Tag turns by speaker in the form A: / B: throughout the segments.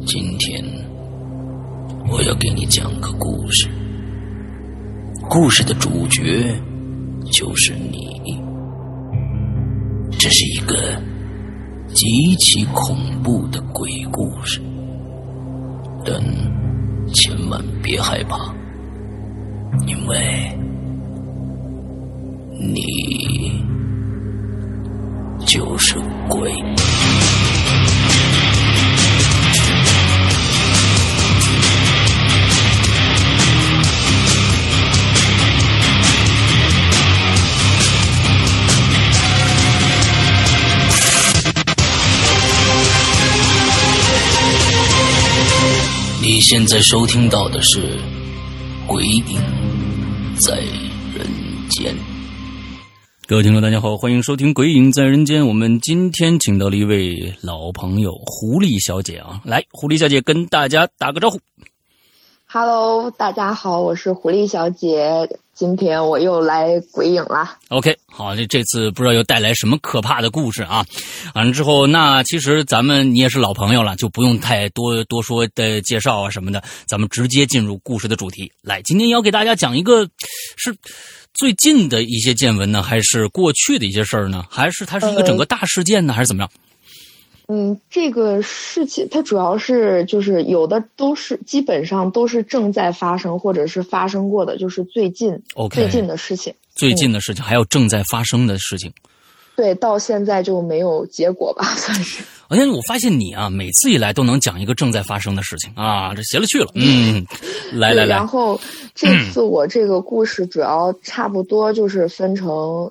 A: 今天我要给你讲个故事，故事的主角就是你。这是一个极其恐怖的鬼故事，但千万别害怕，因为你就是鬼。你现在收听到的是《鬼影在人间》。各位听众大家好，欢迎收听《鬼影在人间》。我们今天请到了一位老朋友狐狸小姐啊，来，狐狸小姐跟大家打个招呼。
B: Hello， 大家好，我是狐狸小姐，今天我又来鬼影啦。
A: OK， 好，这次不知道又带来什么可怕的故事啊？完了之后，那其实你也是老朋友了，就不用太多说的介绍啊什么的，咱们直接进入故事的主题。来，今天要给大家讲一个是最近的一些见闻呢，还是过去的一些事儿呢？还是它是一个整个大事件呢，还是怎么样？
B: 这个事情它主要是就是有的都是基本上都是正在发生或者是发生过的，就是最近的事情。最近的事情，
A: 还有正在发生的事情。
B: 对，到现在就没有结果吧，算是。
A: 而且我发现你啊，每次一来都能讲一个正在发生的事情啊，这邪了去了。来。
B: 然后这次我这个故事主要差不多就是分成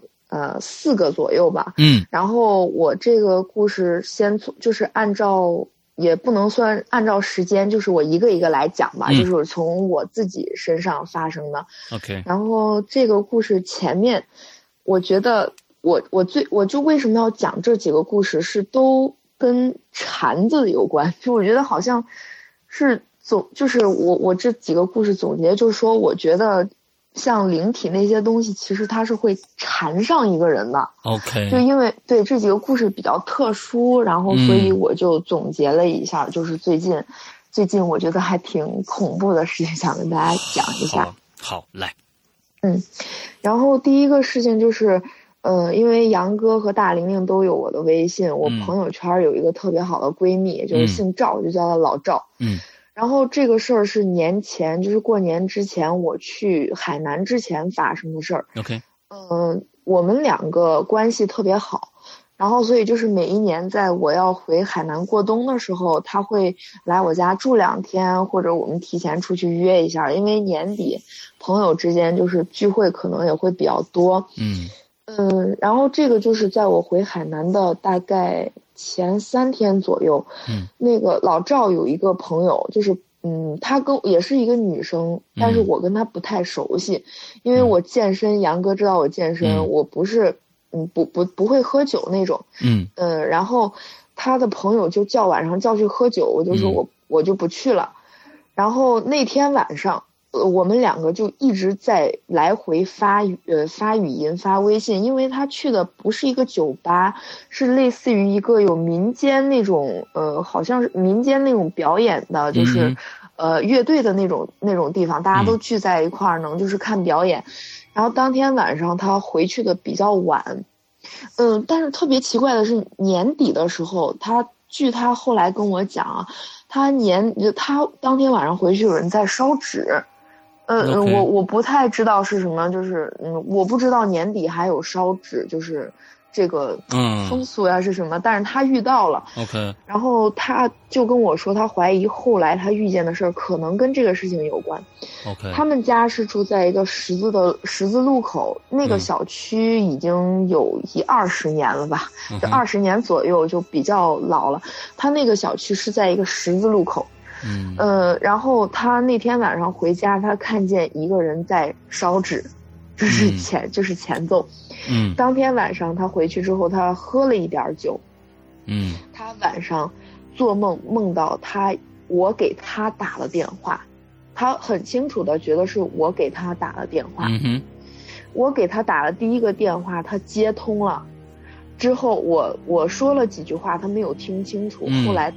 B: 4个左右吧。然后我这个故事就是也不能算按照时间，就是我一个一个来讲吧，就是从我自己身上发生的。
A: OK。
B: 然后这个故事前面，我觉得我就为什么要讲这几个故事，是都跟禅字有关。就我觉得好像是就是我这几个故事总结，就是说我觉得像灵体那些东西，其实它是会缠上一个人的。
A: OK。
B: 就因为对这几个故事比较特殊，然后所以我就总结了一下，就是最近我觉得还挺恐怖的事情，想跟大家讲一下。
A: 好，来。
B: 然后第一个事情就是，因为杨哥和大玲玲都有我的微信，我朋友圈有一个特别好的闺蜜，就是姓赵，我就叫她老赵。然后这个事儿是年前，就是过年之前我去海南之前发生的事儿。
A: OK。
B: 我们2个关系特别好，然后所以就是每一年在我要回海南过冬的时候，他会来我家住2天，或者我们提前出去约一下，因为年底朋友之间就是聚会可能也会比较多。然后这个就是在我回海南的大概前3天左右，那个老赵有一个朋友，就是她也是一个女生，但是我跟她不太熟悉，因为我健身，杨哥知道我健身，我不是不会喝酒那种。然后她的朋友就晚上叫去喝酒，我就说我就不去了。然后那天晚上我们2个就一直在来回发语音发微信，因为他去的不是一个酒吧，是类似于一个有民间那种好像是民间那种表演的，就是乐队的那种地方，大家都聚在一块儿能就是看表演。然后当天晚上他回去的比较晚，但是特别奇怪的是年底的时候，据他后来跟我讲啊，他当天晚上回去有人在烧纸。我不太知道是什么，就是我不知道年底还有烧纸，就是这个风俗呀是什么，但是他遇到了。
A: OK。
B: 然后他就跟我说，他怀疑后来他遇见的事儿可能跟这个事情有关。
A: OK。
B: 他们家是住在一个十字路口，那个小区已经有20年了吧，就20年左右，就比较老了。他那个小区是在一个十字路口。然后他那天晚上回家，他看见一个人在烧纸，就是前奏。当天晚上他回去之后，他喝了一点酒。他晚上做梦到我给他打了电话，他很清楚的觉得是我给他打了电话。我给他打了第一个电话，他接通了，之后我说了几句话，他没有听清楚。后来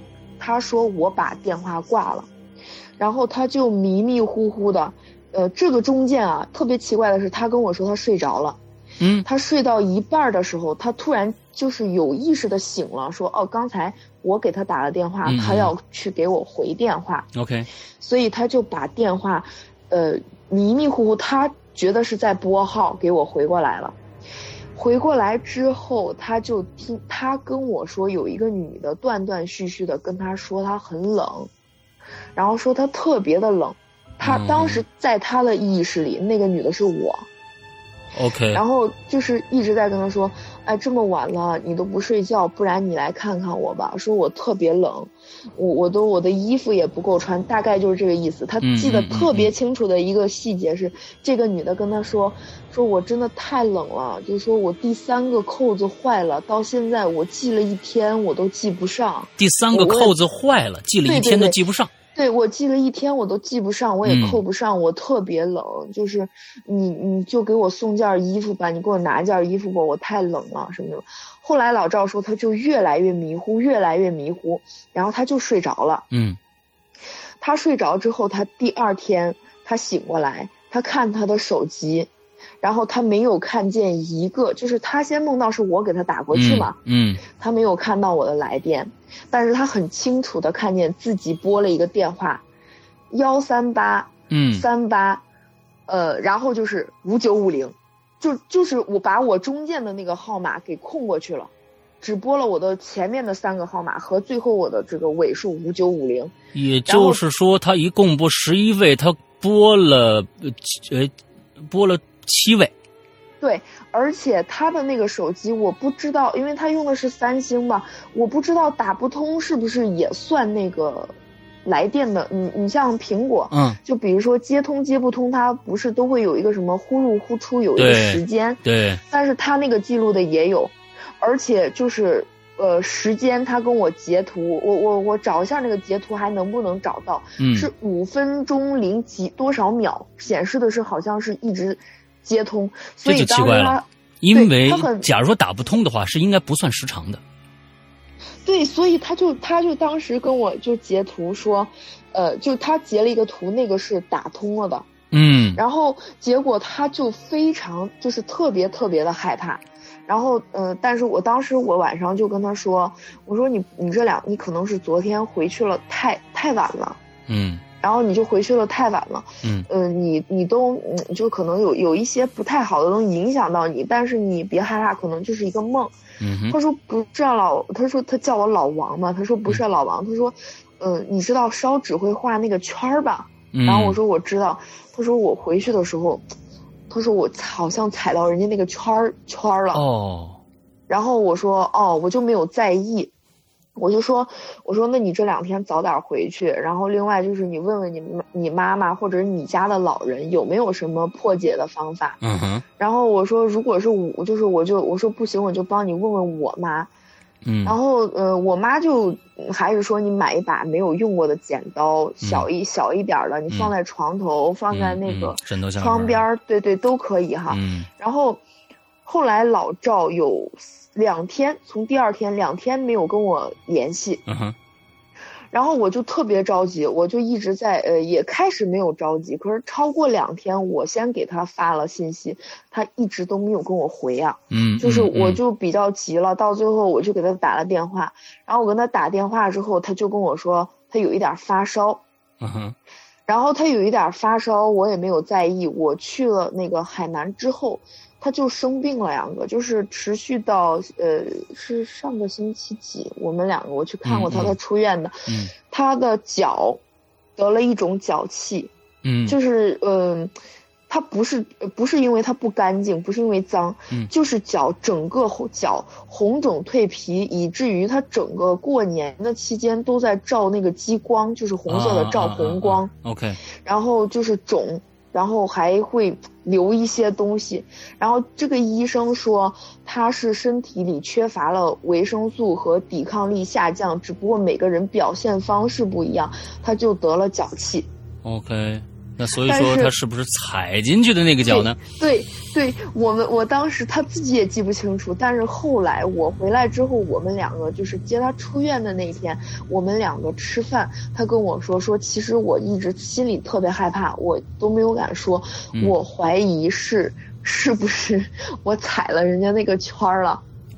B: 他说我把电话挂了，然后他就迷迷糊糊的，这个中间啊，特别奇怪的是，他跟我说他睡着了，他睡到一半的时候，他突然就是有意识的醒了，说哦，刚才我给他打了电话，他要去给我回电话。
A: OK，
B: 所以他就把电话，迷迷糊糊，他觉得是在拨号，给我回过来了。回过来之后，他就听他跟我说，有一个女的断断续续的跟他说他很冷，然后说他特别的冷。他当时在他的意识里，那个女的是我。
A: OK，
B: 然后就是一直在跟他说，哎，这么晚了你都不睡觉，不然你来看看我吧，说我特别冷，我的衣服也不够穿，大概就是这个意思。他记得特别清楚的一个细节是，这个女的跟他说我真的太冷了，就是说我第3个扣子坏了，到现在我系了1天我都系不上。
A: 第3个扣子坏了，系了1天都系不上。
B: 对，我系了1天我都系不上，我也扣不上，我特别冷，就是你就给我送件衣服吧，你给我拿件衣服吧，我太冷了什么的。后来老赵说他就越来越迷糊，然后他就睡着了。他睡着之后，他第2天他醒过来，他看他的手机，然后他没有看见一个，就是他先梦到是我给他打过去嘛，他没有看到我的来电，但是他很清楚的看见自己拨了一个电话，138，然后就是5950，就是我把我中间的那个号码给空过去了，只拨了我的前面的3个号码和最后我的这个尾数5950。
A: 也就是说，他一共拨11位，他拨了7位。
B: 对，而且他的那个手机我不知道，因为他用的是3星嘛，我不知道打不通是不是也算那个来电的。你像苹果，就比如说接通接不通，它不是都会有一个什么呼入呼出有一个时间，
A: 对，
B: 但是他那个记录的也有，而且就是时间他跟我截图，我找一下那个截图还能不能找到，是5分钟0几多少秒，显示的是好像是一直接通，所以
A: 这就奇怪了，因为假如说打不通的话，是应该不算时长的。
B: 对，所以他就当时跟我就截图说，就他截了一个图，那个是打通了的，然后结果他就非常就是特别的害怕，然后但是我当时我晚上就跟他说，我说你你可能是昨天回去了太晚了，然后你就回去了太晚了，你都就可能有一些不太好的东西影响到你，但是你别害怕，可能就是一个梦。他说不是他说他叫我老王嘛，他说不是老王，他说你知道烧纸会画那个圈吧？然后我说我知道，他说我回去的时候，他说我好像踩到人家那个圈了。然后我说我就没有在意。我说那你这2天早点回去，然后另外就是你问问你妈妈或者你家的老人有没有什么破解的方法。然后我说如果是我说不行，我就帮你问问我妈。然后我妈就还是说你买一把没有用过的剪刀，小一点的，你放在床头，放在那个窗边，对都可以哈。然后后来老赵有2天，从第2天2天没有跟我联系，然后我就特别着急，我就一直在也开始没有着急，可是超过2天，我先给他发了信息，他一直都没有跟我回啊，就是我就比较急了，到最后我就给他打了电话，然后我跟他打电话之后，他就跟我说他有一点发烧，然后他有一点发烧，我也没有在意，我去了那个海南之后。他就生病了2个，就是持续到是上个星期几，我们2个我去看过他，他出院的，他的脚得了一种脚气，就是他不是因为他不干净，不是因为脏，就是整个脚红肿蜕皮，以至于他整个过年的期间都在照那个激光，就是红色的照红光
A: ，OK，
B: 然后就是肿。然后还会留一些东西，然后这个医生说他是身体里缺乏了维生素和抵抗力下降，只不过每个人表现方式不一样，他就得了脚气。
A: OK， 那所以说他是不是踩进去的那个脚呢？
B: 对，我当时他自己也记不清楚，但是后来我回来之后，我们两个就是接他出院的那一天，我们两个吃饭，他跟我说其实我一直心里特别害怕，我都没有敢说，我怀疑是不是我踩了人家那个圈了。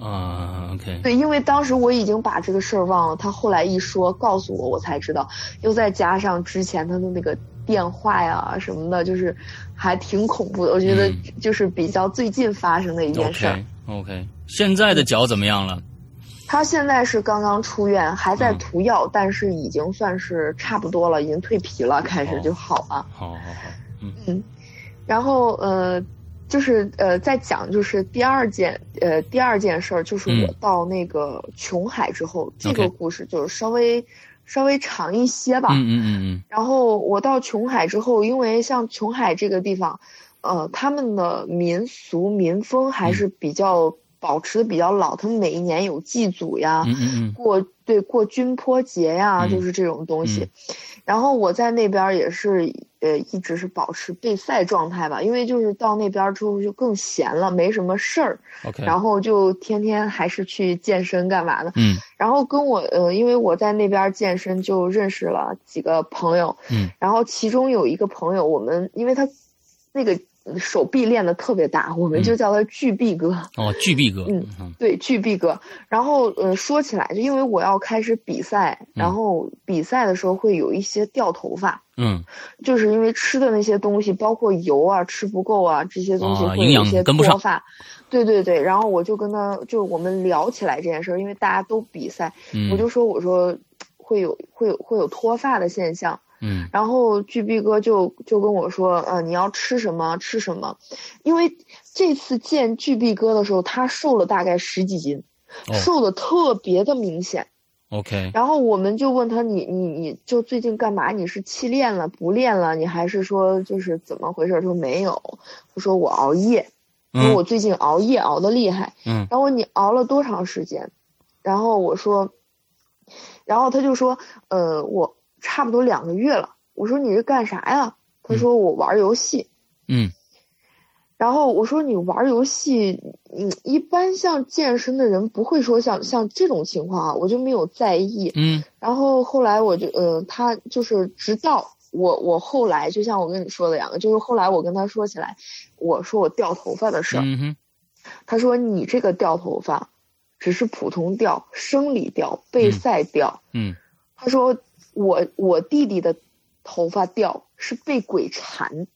A: OK。
B: 对，因为当时我已经把这个事儿忘了，他后来一说告诉我，我才知道，又再加上之前他的那个电话呀什么的，就是还挺恐怖的。我觉得就是比较最近发生的一件事。
A: OK， 现在的脚怎么样了？
B: 他现在是刚刚出院，还在涂药，但是已经算是差不多了，已经蜕皮了，开始就好了。
A: 好，
B: 然后就是在讲就是第二件事儿，就是我到那个琼海之后，这个故事就是稍微长一些吧。然后我到琼海之后，因为像琼海这个地方，他们的民俗民风还是比较保持的比较老，他们每一年有祭祖呀，过军坡节呀，就是这种东西。然后我在那边也是一直是保持备赛状态吧，因为就是到那边之后就更闲了，没什么事儿。然后就天天还是去健身干嘛的。然后跟我因为我在那边健身就认识了几个朋友。然后其中有一个朋友，我们因为他那个手臂练得特别大，我们就叫他巨臂哥。
A: 巨臂哥。
B: 对，巨臂哥。然后说起来，就因为我要开始比赛，然后比赛的时候会有一些掉头发。就是因为吃的那些东西，包括油啊吃不够啊，这些东西会有一些脱发。对，然后我就跟他就我们聊起来这件事儿，因为大家都比赛，我说会有脱发的现象。然后巨臂哥就跟我说，你要吃什么吃什么，因为这次见巨臂哥的时候，他瘦了大概10几斤，瘦的特别的明显。
A: OK。
B: 然后我们就问他，你就最近干嘛？你是弃练了不练了？你还是说就是怎么回事？他说没有，他说我熬夜，说我最近熬夜熬得厉害。然后你熬了多长时间？然后我说，然后他就说，我差不多2个月了。我说你是干啥呀？他说我玩游戏。然后我说你玩游戏，一般像健身的人不会说像这种情况啊，我就没有在意。然后后来我就他就是直到我后来就像我跟你说的2个，就是后来我跟他说起来，我说我掉头发的事儿。他说你这个掉头发只是普通掉，生理掉，备赛掉。他说我弟弟的头发掉是被鬼缠。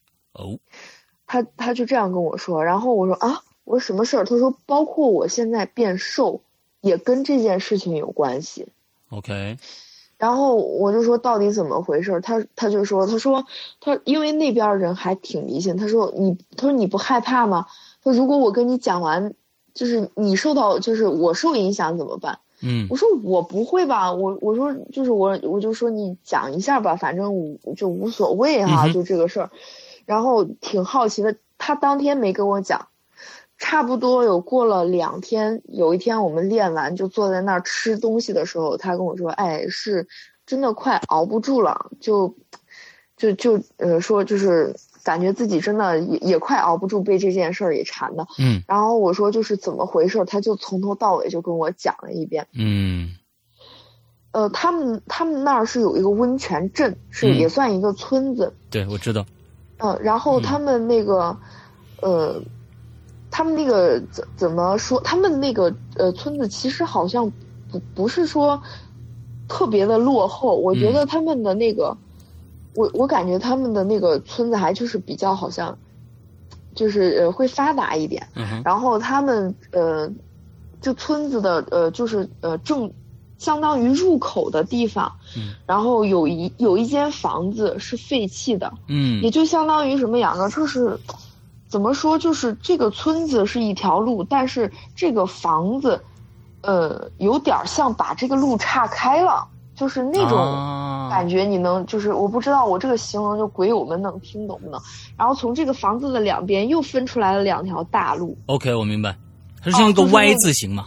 B: 他就这样跟我说，然后我说我说什么事儿？他说包括我现在变瘦也跟这件事情有关系。
A: OK。
B: 然后我就说到底怎么回事？他就说他因为那边人还挺迷信，他说你不害怕吗？他说如果我跟你讲完，就是你受到就是我受影响怎么办？我说我不会吧，我说就是我就说你讲一下吧，反正就无所谓哈，就这个事儿。然后挺好奇的，他当天没跟我讲，差不多有过了2天，有一天我们练完就坐在那儿吃东西的时候，他跟我说，是真的快熬不住了，就说就是感觉自己真的也快熬不住，被这件事儿也缠的。然后我说就是怎么回事，他就从头到尾就跟我讲了一遍。他们那儿是有一个温泉镇，也算一个村子。
A: 对，我知道。
B: 然后他们那个，他们那个怎么说？他们那个村子其实好像不是说特别的落后。我觉得他们的那个，我感觉他们的那个村子还就是比较好像，就是会发达一点。然后他们就村子的就是正相当于入口的地方。然后有一间房子是废弃的。也就相当于什么样呢？就是怎么说，就是这个村子是一条路，但是这个房子有点像把这个路岔开了，就是那种感觉。你能就是我不知道我这个形容就鬼友们能听懂不能？然后从这个房子的两边又分出来了2条大路。
A: OK， 我明白，它是像一个 Y 字形嘛。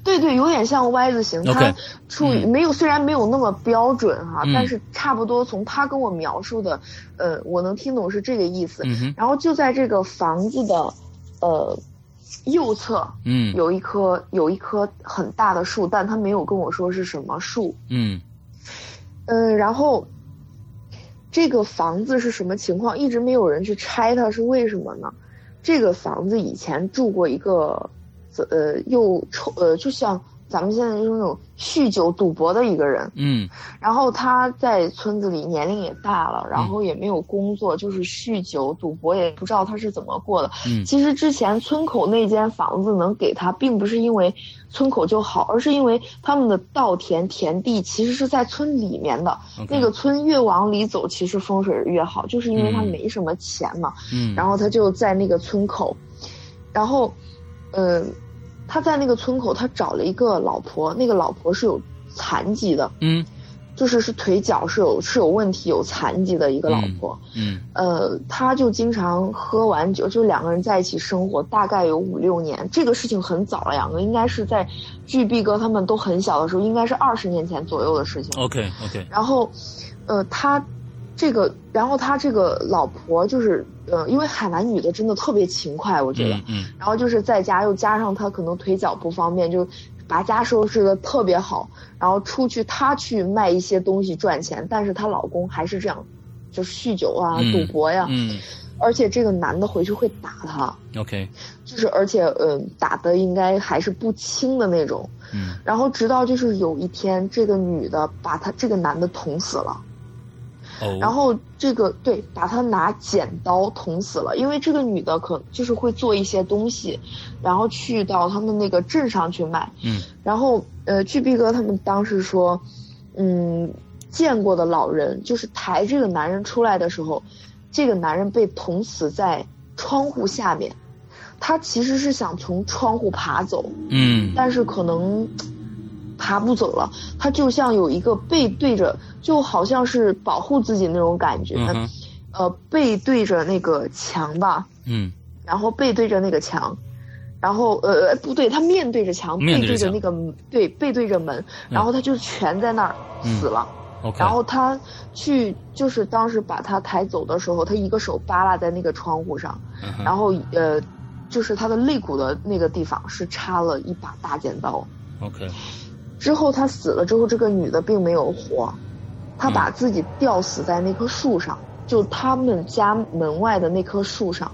B: 对对，有点像 Y 字形，它处于没有，虽然没有那么标准哈，但是差不多从他跟我描述的，我能听懂是这个意思。然后就在这个房子的，右侧，有一棵很大的树，但他没有跟我说是什么树。然后这个房子是什么情况？一直没有人去拆它，是为什么呢？这个房子以前住过一个，就像咱们现在就是那种酗酒赌博的一个人，然后他在村子里年龄也大了，然后也没有工作，就是酗酒赌博，也不知道他是怎么过的。其实之前村口那间房子能给他，并不是因为村口就好，而是因为他们的稻田田地其实是在村里面的，那个村越往里走，其实风水越好，就是因为他没什么钱嘛，然后他就在那个村口，然后，他在那个村口，他找了一个老婆，那个老婆是有残疾的，就是腿脚是有问题、有残疾的一个老婆，他就经常喝完酒，就两个人在一起生活，大概有5、6年。这个事情很早了，两个应该是在巨碧哥他们都很小的时候，应该是20年前左右的事情。
A: OK。
B: 然后，他这个老婆就是。因为海南女的真的特别勤快，我觉得，然后就是在家又加上她可能腿脚不方便，就把家收拾的特别好，然后她去卖一些东西赚钱，但是她老公还是这样，就是酗酒啊、赌博呀，而且这个男的回去会打她
A: ，OK，
B: 就是而且打的应该还是不轻的那种，然后直到就是有一天这个女的把这个男的捅死了。然后把他拿剪刀捅死了，因为这个女的就是会做一些东西，然后去到他们那个镇上去卖。然后巨碧哥他们当时说，见过的老人就是抬这个男人出来的时候，这个男人被捅死在窗户下面，他其实是想从窗户爬走，但是可能爬不走了，他就像有一个背对着，就好像是保护自己那种感觉，背对着那个墙吧，然后背对着那个墙，然后不对，他面对着墙，背对着那个背对着门，然后他就全在那儿死了。然后他就是当时把他抬走的时候，他一个手扒拉在那个窗户上，然后就是他的肋骨的那个地方是插了一把大剪刀。
A: OK。
B: 之后他死了之后，这个女的并没有活，她把自己吊死在那棵树上，就他们家门外的那棵树上。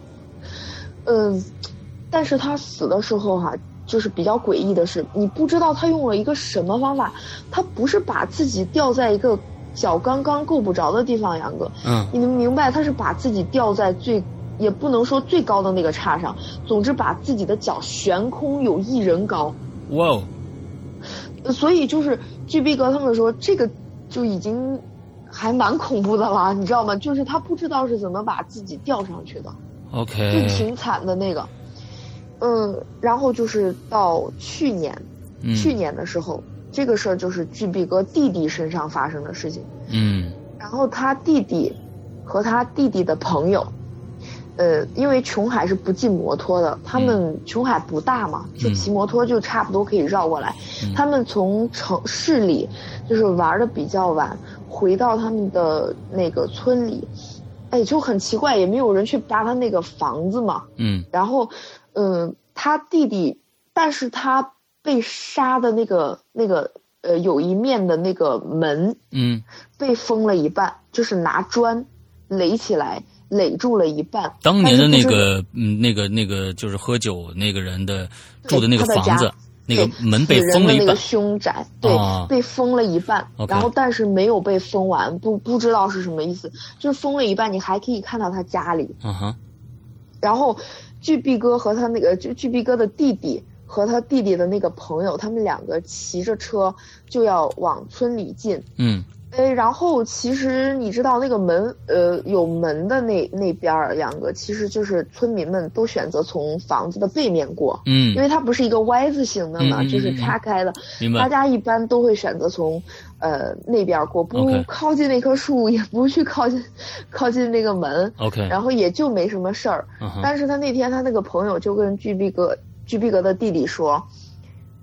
B: 但是她死的时候就是比较诡异的是，你不知道她用了一个什么方法，她不是把自己吊在一个脚刚刚够不着的地方，杨哥，你能明白，她是把自己吊在也不能说最高的那个叉上，总之把自己的脚悬空有1人高。
A: 哇！
B: 所以就是巨碧哥他们说这个就已经还蛮恐怖的了，你知道吗？就是他不知道是怎么把自己吊上去的。
A: OK。
B: 就挺惨的那个。然后就是到去年的时候，这个事儿就是巨碧哥弟弟身上发生的事情。然后他弟弟和他弟弟的朋友。因为琼海是不进摩托的，他们琼海不大嘛，就骑摩托就差不多可以绕过来。他们从市里就是玩的比较晚，回到他们的那个村里，就很奇怪，也没有人去扒他那个房子嘛。然后，他弟弟，但是他被杀的那个有一面的那个门，被封了一半，就是拿砖垒起来。垒住了一半。
A: 当年的那个就是喝酒那个人的住的那个房子，那个门被封了一半。那个
B: 凶宅，对，被封了一半。然后但是没有被封完，不知道是什么意思，就是封了一半，你还可以看到他家里。然后巨碧哥和他那个巨碧哥的弟弟和他弟弟的那个朋友，他们2个骑着车就要往村里进。然后其实你知道那个门，有门的那边两个，其实就是村民们都选择从房子的背面过，因为它不是一个 Y 字形的嘛，就是岔开的，大家一般都会选择从那边过，不靠近那棵树，也不去靠近那个门，然后也就没什么事儿。但是他那天他那个朋友就跟巨碧哥的弟弟说，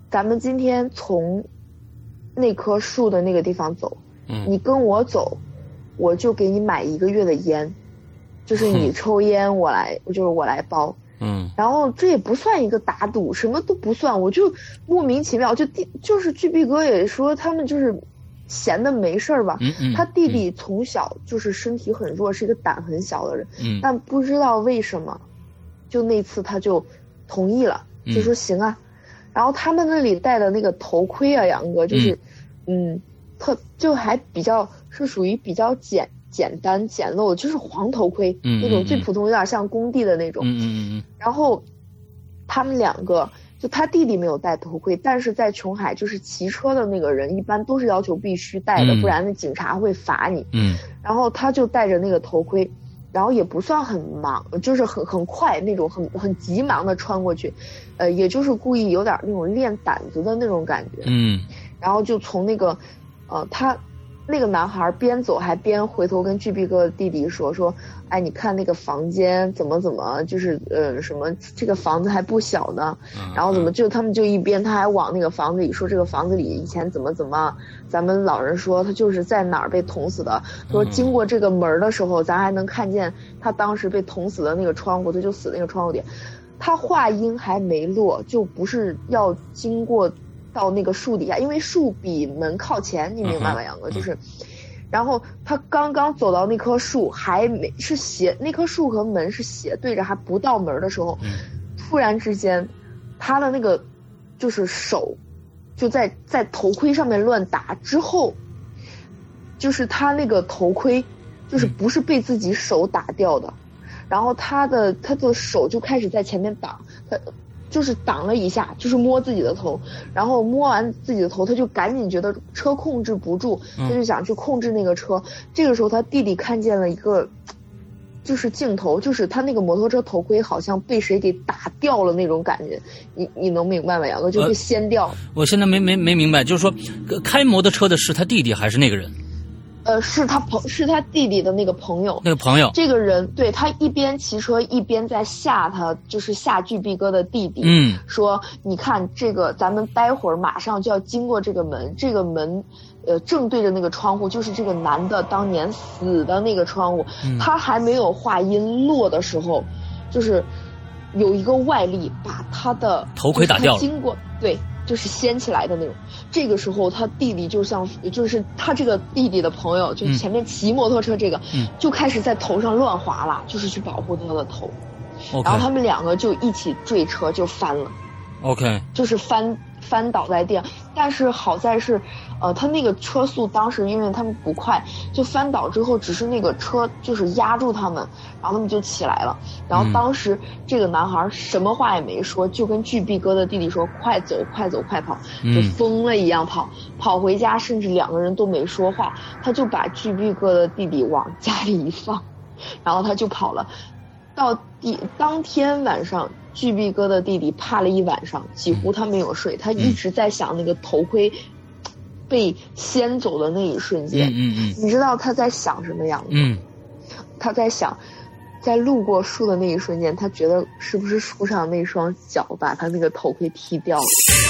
B: 咱们今天从那棵树的那个地方走，你跟我走，我就给你买1个月的烟，就是你抽烟我来包。然后这也不算一个打赌，什么都不算，我就莫名其妙就是巨碧哥也说他们就是闲的没事儿吧。他弟弟从小就是身体很弱，是一个胆很小的人，但不知道为什么，就那次他就同意了，就说行啊。然后他们那里戴的那个头盔啊，杨哥就是，就还比较是属于比较简单简陋的，就是黄头盔，那种最普通，有点像工地的那种。然后他们2个，就他弟弟没有戴头盔，但是在琼海就是骑车的那个人一般都是要求必须戴的，不然那警察会罚你。然后他就戴着那个头盔，然后也不算很忙，就是很快那种很急忙的穿过去，也就是故意有点那种练胆子的那种感觉。然后就从那个他那个男孩边走还边回头跟巨碧哥的弟弟说，哎，你看那个房间怎么，就是什么这个房子还不小呢，然后怎么就他们就一边他还往那个房子里说这个房子里以前怎么，咱们老人说他就是在哪儿被捅死的，说经过这个门的时候，咱还能看见他当时被捅死的那个窗户，他就死那个窗户点。他话音还没落，就不是要经过到那个树底下，因为树比门靠前，你明白吗，杨哥？就是，然后他刚刚走到那棵树，还没是那棵树和门是斜对着，还不到门的时候，突然之间，他的那个就是手就在头盔上面乱打，之后，就是他那个头盔，就是不是被自己手打掉的，然后他的手就开始在前面挡他。就是挡了一下，就是摸自己的头，然后摸完自己的头，他就赶紧觉得车控制不住，他就想去控制那个车。这个时候他弟弟看见了一个就是镜头，就是他那个摩托车头盔好像被谁给打掉了那种感觉，你能明白吗，杨哥？就被掀掉。
C: 我现在没明白，就是说开摩托车的是他弟弟还是那个人？
B: 是他弟弟的那个朋友。
C: 那个朋友，
B: 这个人对他一边骑车一边在吓他，就是吓巨碧哥的弟弟。说你看这个，咱们待会儿马上就要经过这个门，这个门，正对着那个窗户，就是这个男的当年死的那个窗户。他还没有话音落的时候，就是有一个外力把他的
C: 头盔打掉了。
B: 经过对。就是掀起来的那种，这个时候他弟弟就是他这个弟弟的朋友，就前面骑摩托车这个，就开始在头上乱划了，就是去保护他的头。然后他们2个就一起坠车就翻了。就是翻倒在地上，但是好在是，他那个车速当时因为他们不快，就翻倒之后只是那个车就是压住他们，然后他们就起来了。然后当时这个男孩什么话也没说，就跟巨碧哥的弟弟说快走快走快跑，就疯了一样跑回家，甚至2个人都没说话，他就把巨碧哥的弟弟往家里一放，然后他就跑了。到当天晚上，巨碧哥的弟弟怕了一晚上，几乎他没有睡，他一直在想那个头盔被掀走的那一瞬间。你知道他在想什么样吗？他在想，在路过树的那一瞬间，他觉得是不是树上那双脚把他那个头盔踢掉了。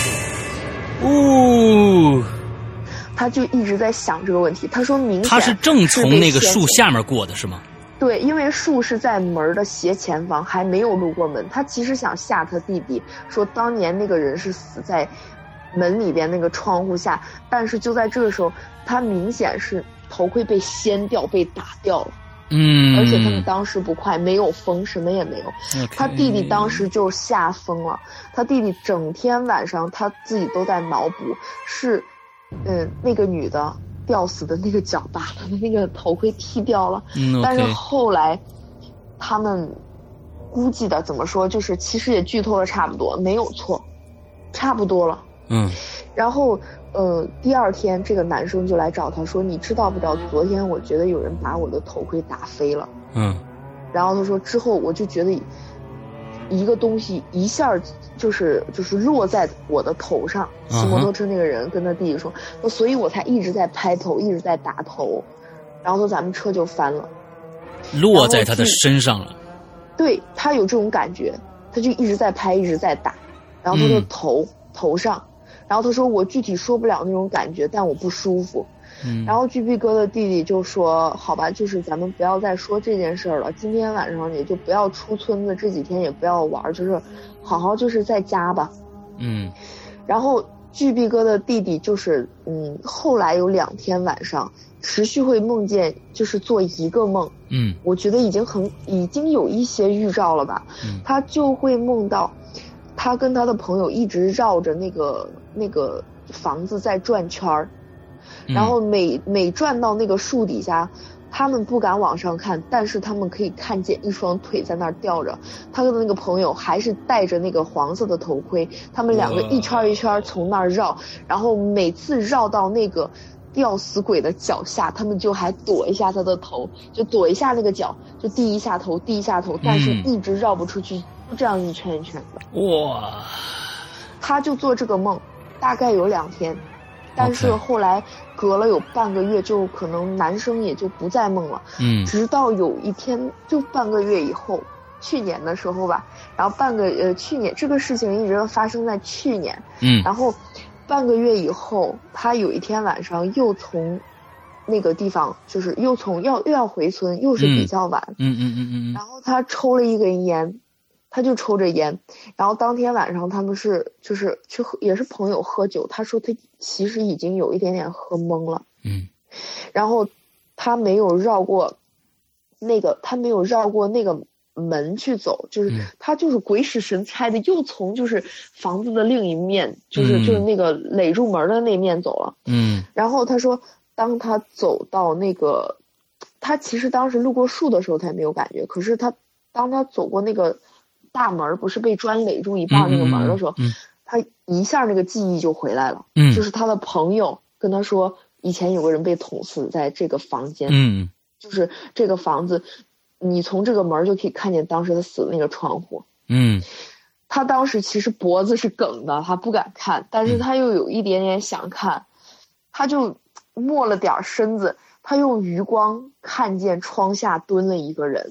B: 他就一直在想这个问题。他说明显
C: 他是正从那个树下面过的是吗？
B: 对，因为树是在门的斜前方，还没有路过门。他其实想吓他弟弟，说当年那个人是死在门里边那个窗户下，但是就在这个时候，他明显是头盔被掀掉，被打掉了。而且他们当时不快，没有风，什么也没有。他弟弟当时就吓疯了，他弟弟整天晚上他自己都在脑补，是，那个女的吊死的那个脚把他的那个头盔踢掉了。但是后来他们估计的怎么说，就是其实也剧透了差不多，没有错，差不多了。然后第二天这个男生就来找他说，你知道不知道昨天我觉得有人把我的头盔打飞了。然后他说之后我就觉得一个东西一下就是落在我的头上。骑摩托车那个人跟他弟弟说，所以我才一直在拍头，一直在打头，然后说咱们车就翻了，
C: 落在他的身上了。
B: 对，他有这种感觉，他就一直在拍，一直在打，然后他的头上， 然后他说我具体说不了那种感觉，但我不舒服。然后巨逼哥的弟弟就说好吧，就是咱们不要再说这件事了，今天晚上也就不要出村子，这几天也不要玩，就是好好就是在家吧。然后巨逼哥的弟弟就是后来有2天晚上持续会梦见，就是做一个梦，我觉得已经有一些预兆了吧。他就会梦到他跟他的朋友一直绕着那个房子在转圈儿，然后每转到那个树底下，他们不敢往上看，但是他们可以看见一双腿在那儿吊着。他跟那个朋友还是戴着那个黄色的头盔，他们2个一圈一圈从那儿绕，然后每次绕到那个吊死鬼的脚下，他们就还躲一下他的头，就躲一下那个脚，就递一下头，但是一直绕不出去，就这样一圈一圈的。
C: 哇！
B: 他就做这个梦，大概有2天。但是后来隔了有半个月，就可能男生也就不再梦了。直到有一天，就半个月以后，去年的时候吧，然后去年这个事情一直发生在去年。然后半个月以后，他有一天晚上又从那个地方，就是又要回村，又是比较晚。然后他抽了一根烟。他就抽着烟，然后当天晚上他们就是去喝，也是朋友喝酒。他说他其实已经有一点点喝懵了，然后他没有绕过那个门去走，就是他就是鬼使神差的又从就是房子的另一面，就是那个垒住门的那面走了。然后他说当他走到那个，他其实当时路过树的时候他也没有感觉，可是当他走过那个大门，不是被砖垒住一半那个门的时候，他一下那个记忆就回来了。就是他的朋友跟他说以前有个人被捅死在这个房间。就是这个房子你从这个门就可以看见当时他死的那个窗户。他当时其实脖子是梗的，他不敢看，但是他又有一点点想看，他就没了点身子，他用余光看见窗下蹲了一个人。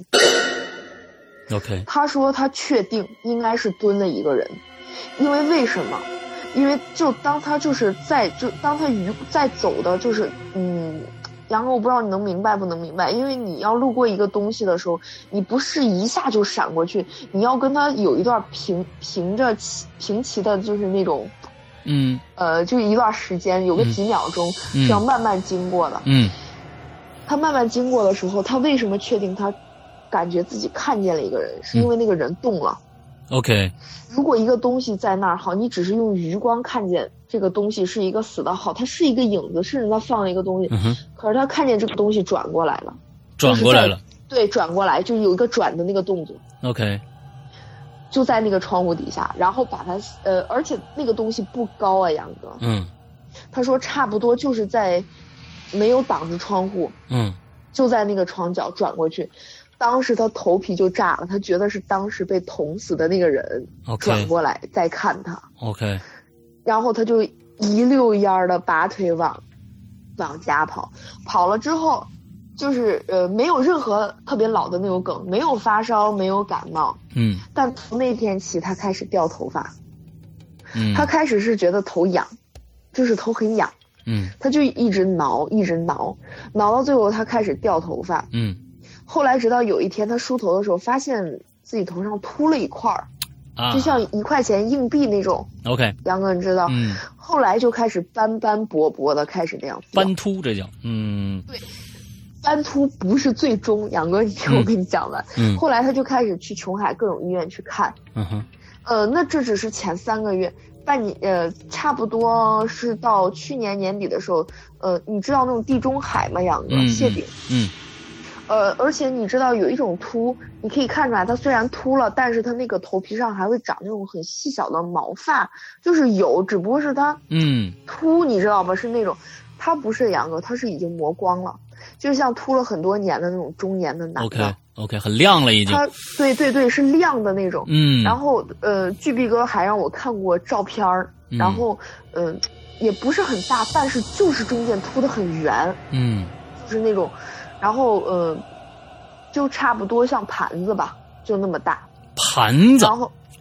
C: OK，
B: 他说他确定应该是蹲了一个人，因为什么？因为就当他在走的，就是杨哥，我不知道你能明白不能明白，因为你要路过一个东西的时候，你不是一下就闪过去，你要跟他有一段平齐的，就是那种，就一段时间，有个几秒钟是要慢慢经过的。他慢慢经过的时候，他为什么确定他感觉自己看见了一个人，是因为那个人动了。
C: OK，
B: 如果一个东西在那儿好，你只是用余光看见这个东西是一个死的好，它是一个影子，甚至他放了一个东西，可是他看见这个东西转过来了，对，转过来就有一个转的那个动作。
C: OK，
B: 就在那个窗户底下，然后把它而且那个东西不高啊，杨哥。他说差不多就是在没有挡住窗户，就在那个窗角转过去。当时他头皮就炸了，他觉得是当时被捅死的那个人转过来再看他。
C: OK，
B: 然后他就一溜烟的拔腿往家跑了之后，就是没有任何特别老的那种梗，没有发烧，没有感冒。但从那天起他开始掉头发。他开始是觉得头痒，就是头很痒。他就一直挠到最后他开始掉头发。后来直到有一天他梳头的时候发现自己头上秃了一块儿，就像1块钱硬币那种。
C: OK，
B: 杨哥你知道，后来就开始斑斑驳驳的开始那样。
C: 斑秃这叫，
B: 对，斑秃不是最终，杨哥你听我跟你讲完。后来他就开始去琼海各种医院去看。那这只是前3个月。差不多是到去年年底的时候，你知道那种地中海吗，杨哥？蟹饼。而且你知道有一种秃，你可以看出来，它虽然秃了，但是它那个头皮上还会长那种很细小的毛发，就是有，只不过是它秃，你知道吧？是那种，它不是杨哥，它是已经磨光了，就像秃了很多年的那种中年的男的。
C: OK， 很亮了已经。
B: 他对是亮的那种。然后巨逼哥还让我看过照片儿，然后也不是很大，但是就是中间秃得很圆。就是那种，然后就差不多像盘子吧，就那么大。
C: 盘子。
B: 然后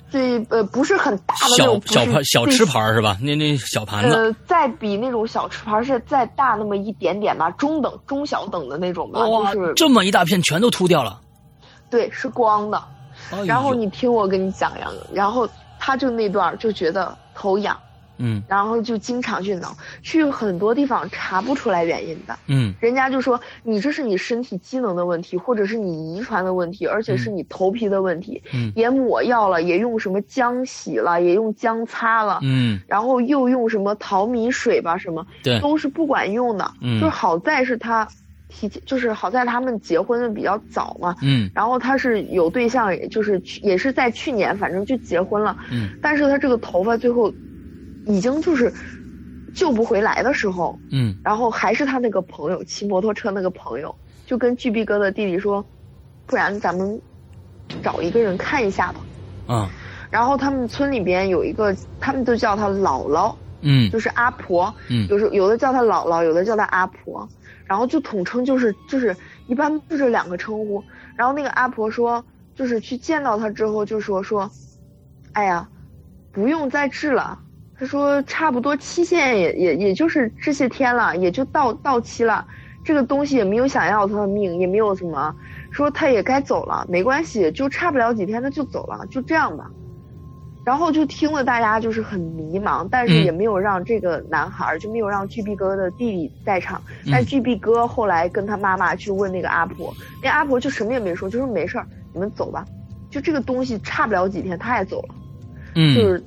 B: 对，不是很大的那种
C: 小吃盘是吧？那小盘子，
B: 再比那种小吃盘是再大那么一点点吧，中小等的那种吧，就是
C: 这么一大片全都秃掉了。
B: 对，是光的。然后你听我跟你讲呀，然后他就那段就觉得头痒。然后就经常去挠，去很多地方查不出来原因的。人家就说你这是你身体机能的问题，或者是你遗传的问题，而且是你头皮的问题。也抹药了，也用什么姜洗了，也用姜擦了。然后又用什么淘米水吧，什么都是不管用的。就是好在是他就是好在他们结婚的比较早嘛。然后他是有对象，也是在去年，反正就结婚了。但是他这个头发最后已经就是救不回来的时候，然后还是他那个朋友骑摩托车那个朋友就跟巨逼哥的弟弟说，不然咱们找一个人看一下吧。然后他们村里边有一个，他们都叫他姥姥，就是阿婆，有的叫他姥姥，有的叫他阿婆，然后就统称就是一般就这两个称呼。然后那个阿婆说，就是去见到他之后就说，哎呀，不用再治了。他说差不多期限也就是这些天了，也就到期了，这个东西也没有想要他的命，也没有什么，说他也该走了，没关系，就差不了几天他就走了，就这样吧。然后就听了大家就是很迷茫，但是也没有让这个男孩，就没有让巨逼哥的弟弟在场。但巨逼哥后来跟他妈妈去问那个阿婆，那阿婆就什么也没说，就说没事儿，你们走吧，就这个东西差不了几天他也走了。就是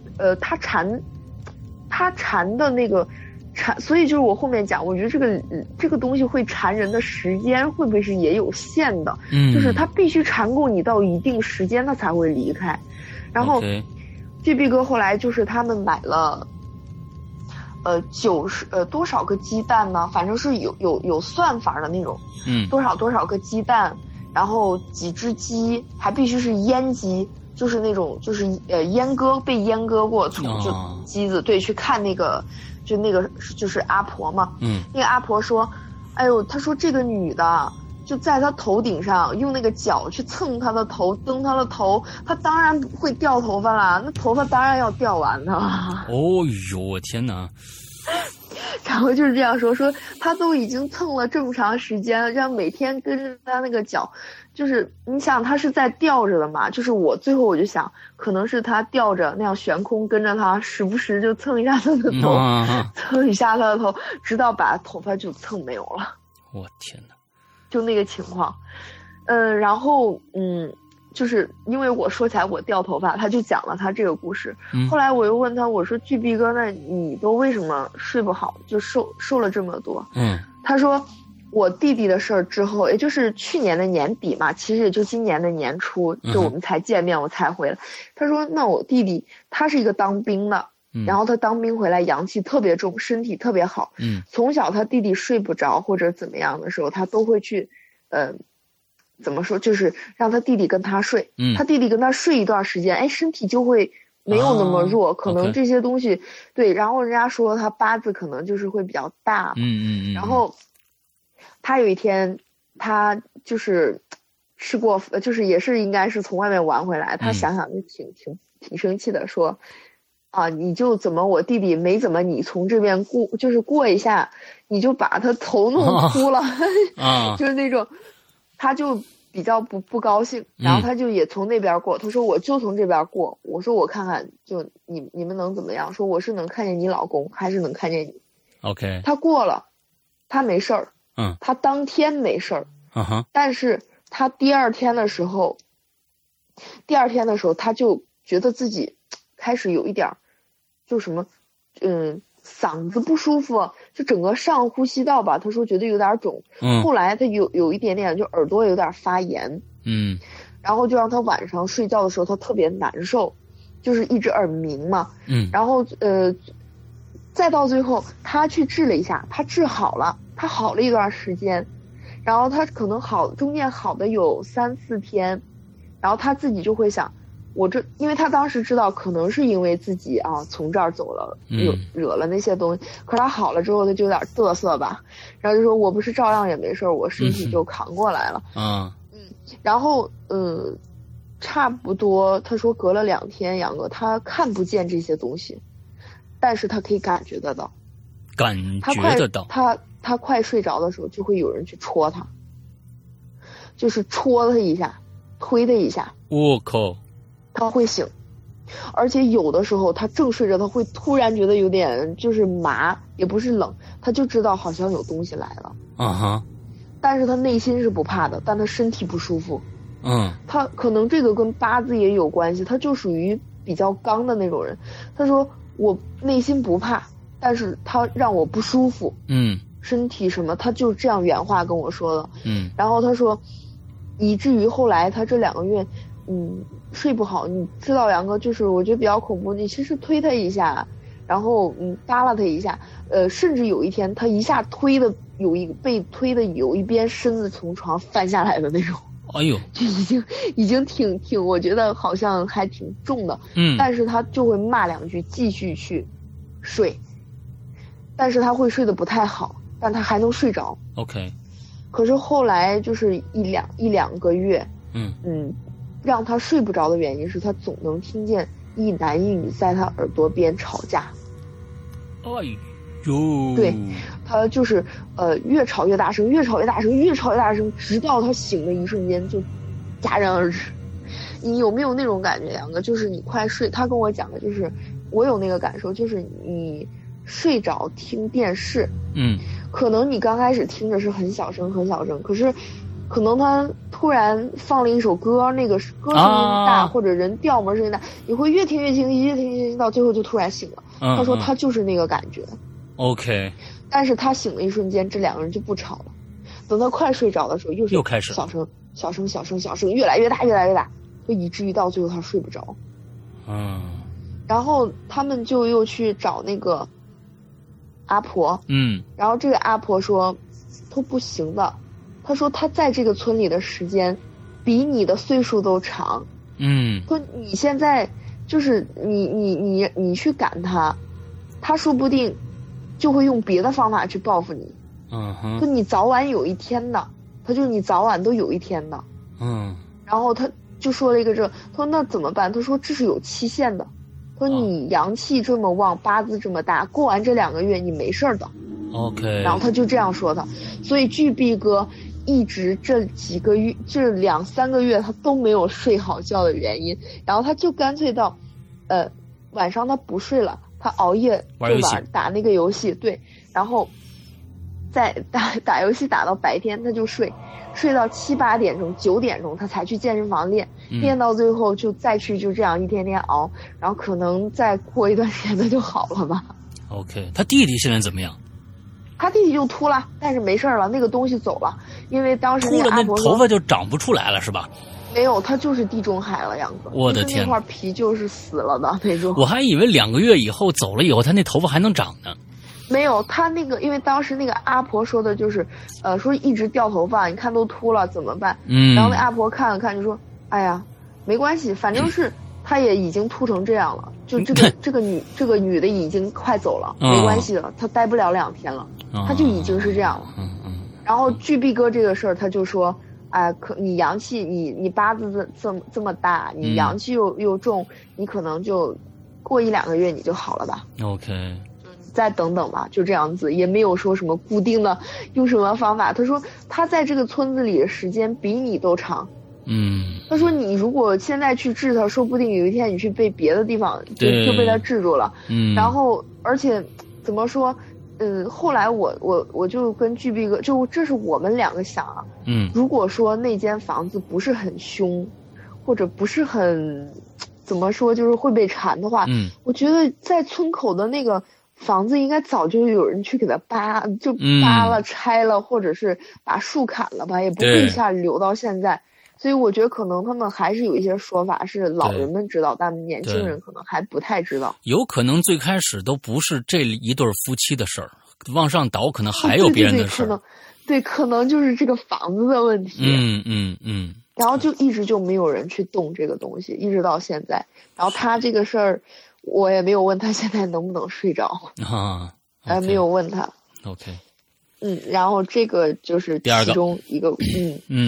B: 他缠的那个缠，所以就是我后面讲，我觉得这个东西会缠人的时间会不会是也有限的？就是他必须缠够你到一定时间，他才会离开。然后，巨逼哥后来就是他们买了90多少个鸡蛋呢？反正是有算法的那种，多少个鸡蛋，然后几只鸡，还必须是阉鸡。就是那种就是被阉割过从就鸡子，对，去看那个就是阿婆嘛。那个阿婆说，哎呦，她说这个女的就在她头顶上用那个脚去蹭她的头，蹬她的头，她当然会掉头发啦，那头发当然要掉完的。
C: 哦呦，我天哪！
B: 然后就是这样说他都已经蹭了这么长时间了，这样每天跟着他那个脚，就是你想他是在吊着的嘛，就是最后我就想可能是他吊着那样悬空跟着他，时不时就蹭一下他的头，蹭一下他的头，直到把头发就蹭没有了。
C: 我天哪，
B: 就那个情况。然后就是因为我说起来我掉头发，他就讲了他这个故事。后来我又问他，我说巨逼哥，那你都为什么睡不好，就瘦了这么多？他说我弟弟的事儿之后，也就是去年的年底嘛，其实也就今年的年初，就我们才见面，我才回来。他说那我弟弟他是一个当兵的，然后他当兵回来阳气特别重，身体特别好。从小他弟弟睡不着或者怎么样的时候，他都会去怎么说，就是让他弟弟跟他睡。他弟弟跟他睡一段时间，哎，身体就会没有那么弱，可能这些东西对。然后人家说他八字可能就是会比较大。然后他有一天，他就是吃过，就是也是应该是从外面玩回来，他想想就挺生气的，说啊，你就怎么我弟弟没怎么你从这边过一下，你就把他头弄秃了。就是那种。他就比较不高兴，然后他就也从那边过。他说我就从这边过。我说我看看，就你们能怎么样？说我是能看见你老公，还是能看见你
C: ？OK。
B: 他过了，他没事儿。他当天没事儿。但是他第二天的时候，他就觉得自己开始有一点，就什么，嗓子不舒服，就整个上呼吸道吧，他说觉得有点肿。后来他有一点点，就耳朵有点发炎。然后就让他晚上睡觉的时候他特别难受，就是一直耳鸣嘛。然后再到最后他去治了一下，他治好了，他好了一段时间，然后他可能中间好的有3-4天，然后他自己就会想，因为他当时知道可能是因为自己从这儿走了，惹了那些东西。可是他好了之后他就有点嘚瑟吧，然后就说我不是照样也没事，我身体就扛过来了。然后差不多，他说隔了2天，杨哥他看不见这些东西，但是他可以感觉得到，
C: 感觉得到。
B: 他快睡着的时候，就会有人去戳他，就是戳他一下，推他一下，
C: 我靠，
B: 他会醒。而且有的时候他正睡着，他会突然觉得有点就是麻，也不是冷，他就知道好像有东西来了。
C: 啊哈，
B: 但是他内心是不怕的，但他身体不舒服。他可能这个跟八字也有关系，他就属于比较刚的那种人。他说我内心不怕，但是他让我不舒服。身体什么，他就这样原话跟我说的。然后他说，以至于后来他这2个月，睡不好。你知道杨哥，就是我觉得比较恐怖，你其实推他一下，然后扒拉他一下，甚至有一天他一下被推的有一边身子从床翻下来的那种。
C: 哎呦，
B: 就已经挺，我觉得好像还挺重的。但是他就会骂2句，继续去睡，但是他会睡得不太好，但他还能睡着。
C: OK。
B: 可是后来就是一两个月，让他睡不着的原因是他总能听见一男一女在他耳朵边吵架。
C: 哎呦，
B: 对，他就是越吵越大声，越吵越大声，越吵越大声，直到他醒的一瞬间就戛然而止。你有没有那种感觉，杨哥？就是你快睡，他跟我讲的就是我有那个感受，就是你睡着听电视，可能你刚开始听着是很小声很小声，可是可能他突然放了一首歌，那个歌声音大，或者人调门声音大，你会越听越清晰，越听越清晰，到最后就突然醒了。他说他就是那个感觉。
C: OK。
B: 但是他醒的一瞬间，这2个人就不吵了。等他快睡着的时候，又
C: 开始
B: 小声小声小声小声，越来越大越来越大，就以至于到最后他睡不着。然后他们就又去找那个阿婆，然后这个阿婆说都不行的，她说她在这个村里的时间比你的岁数都长。说你现在就是你去赶他，他说不定就会用别的方法去报复你。说你早晚有一天的，他就你早晚都有一天的。然后他就说了一个他说那怎么办？他说这是有期限的。说你阳气这么旺，八字这么大，过完这2个月你没事的。
C: OK。
B: 然后他就这样说的。所以巨碧哥一直这几个月，这2-3个月他都没有睡好觉的原因，然后他就干脆到晚上他不睡了，他熬夜就打那个游戏，对，然后再打游戏打到白天，他就睡到7-8点钟9点钟他才去健身房练到最后就再去，就这样一天天熬，然后可能再过一段时间他就好了吧。
C: OK。他弟弟现在怎么样？
B: 他弟弟就秃了，但是没事了，那个东西走了，因为当时那个阿婆说
C: 秃了，那头发就长不出来了是吧？
B: 没有，他就是地中海了，杨哥。
C: 我的天，
B: 那块皮就是死了的那种。
C: 我还以为2个月以后走了以后，他那头发还能长呢。
B: 没有，他那个因为当时那个阿婆说的就是，说一直掉头发，你看都秃了怎么办？然后那阿婆看了看就说，哎呀，没关系，反正是他也已经秃成这样了，就这个女的已经快走了，没关系了，她待不了2天了，她就已经是这样了。然后巨碧哥这个事儿，他就说，你阳气，你八字这么大，你阳气又重，你可能就过1-2个月你就好了吧。
C: OK。
B: 再等等吧，就这样子，也没有说什么固定的用什么方法。他说他在这个村子里的时间比你都长。他说你如果现在去治他，说不定有一天你去被别的地方就被他治住了。然后而且怎么说，后来我就跟巨碧哥，就这是我们2个想啊。如果说那间房子不是很凶，或者不是很怎么说，就是会被缠的话，我觉得在村口的那个房子应该早就有人去给他扒了拆了，或者是把树砍了吧，也不会一下留到现在。所以我觉得可能他们还是有一些说法是老人们知道，但年轻人可能还不太知道。
C: 有可能最开始都不是这一对夫妻的事儿，往上倒可能还有别人的事儿。
B: 对，可能就是这个房子的问题。然后就一直就没有人去动这个东西，一直到现在。然后他这个事儿我也没有问他现在能不能睡着没有问他。
C: OK。
B: 然后这个就是其中一个。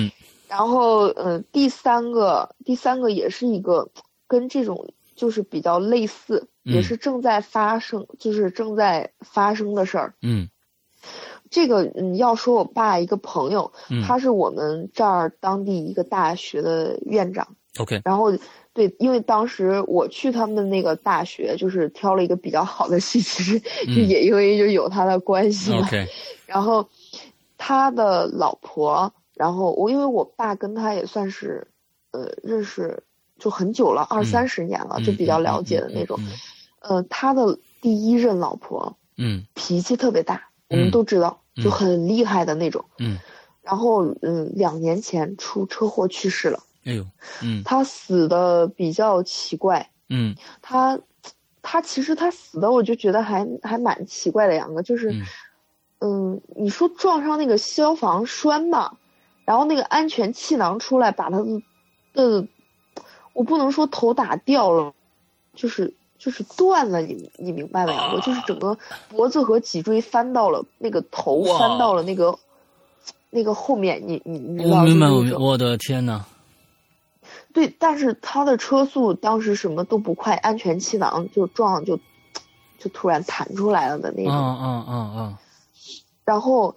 B: 然后第三个也是一个跟这种就是比较类似，也是正在发生的事儿。这个要说我爸一个朋友，他是我们这儿当地一个大学的院长。
C: OK。
B: 然后对，因为当时我去他们那个大学，就是挑了一个比较好的系，其实也因为就有他的关系嘛。
C: OK。
B: 然后他的老婆，然后因为我爸跟他也算是认识就很久了，20-30年了，就比较了解的那种。他的第一任老婆，脾气特别大，我们都知道，就很厉害的那种。然后2年前出车祸去世了。
C: 哎呦。
B: 他死的比较奇怪。他其实他死的我就觉得还蛮奇怪的样子，就是你说撞上那个消防栓嘛，然后那个安全气囊出来把他的我不能说头打掉了，就是断了，你明白没有？就是整个脖子和脊椎翻到了那个头，翻到了那个后面，你知道？
C: 我明白，我的天哪！
B: 对，但是他的车速当时什么都不快，安全气囊就撞就突然弹出来了的那种。然后，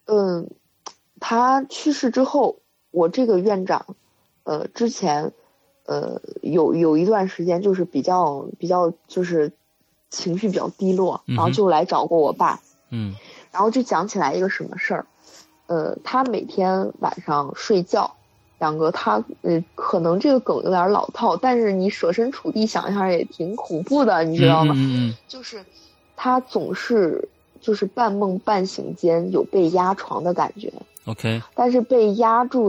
B: 他去世之后，我这个院长，之前，有一段时间就是比较就是情绪比较低落，然后就来找过我爸。然后就讲起来一个什么事儿，他每天晚上睡觉。两个他可能这个梗有点老套，但是你设身处地想一下也挺恐怖的，你知道吗？就是他总是就是半梦半醒间有被压床的感觉。
C: OK。
B: 但是被压住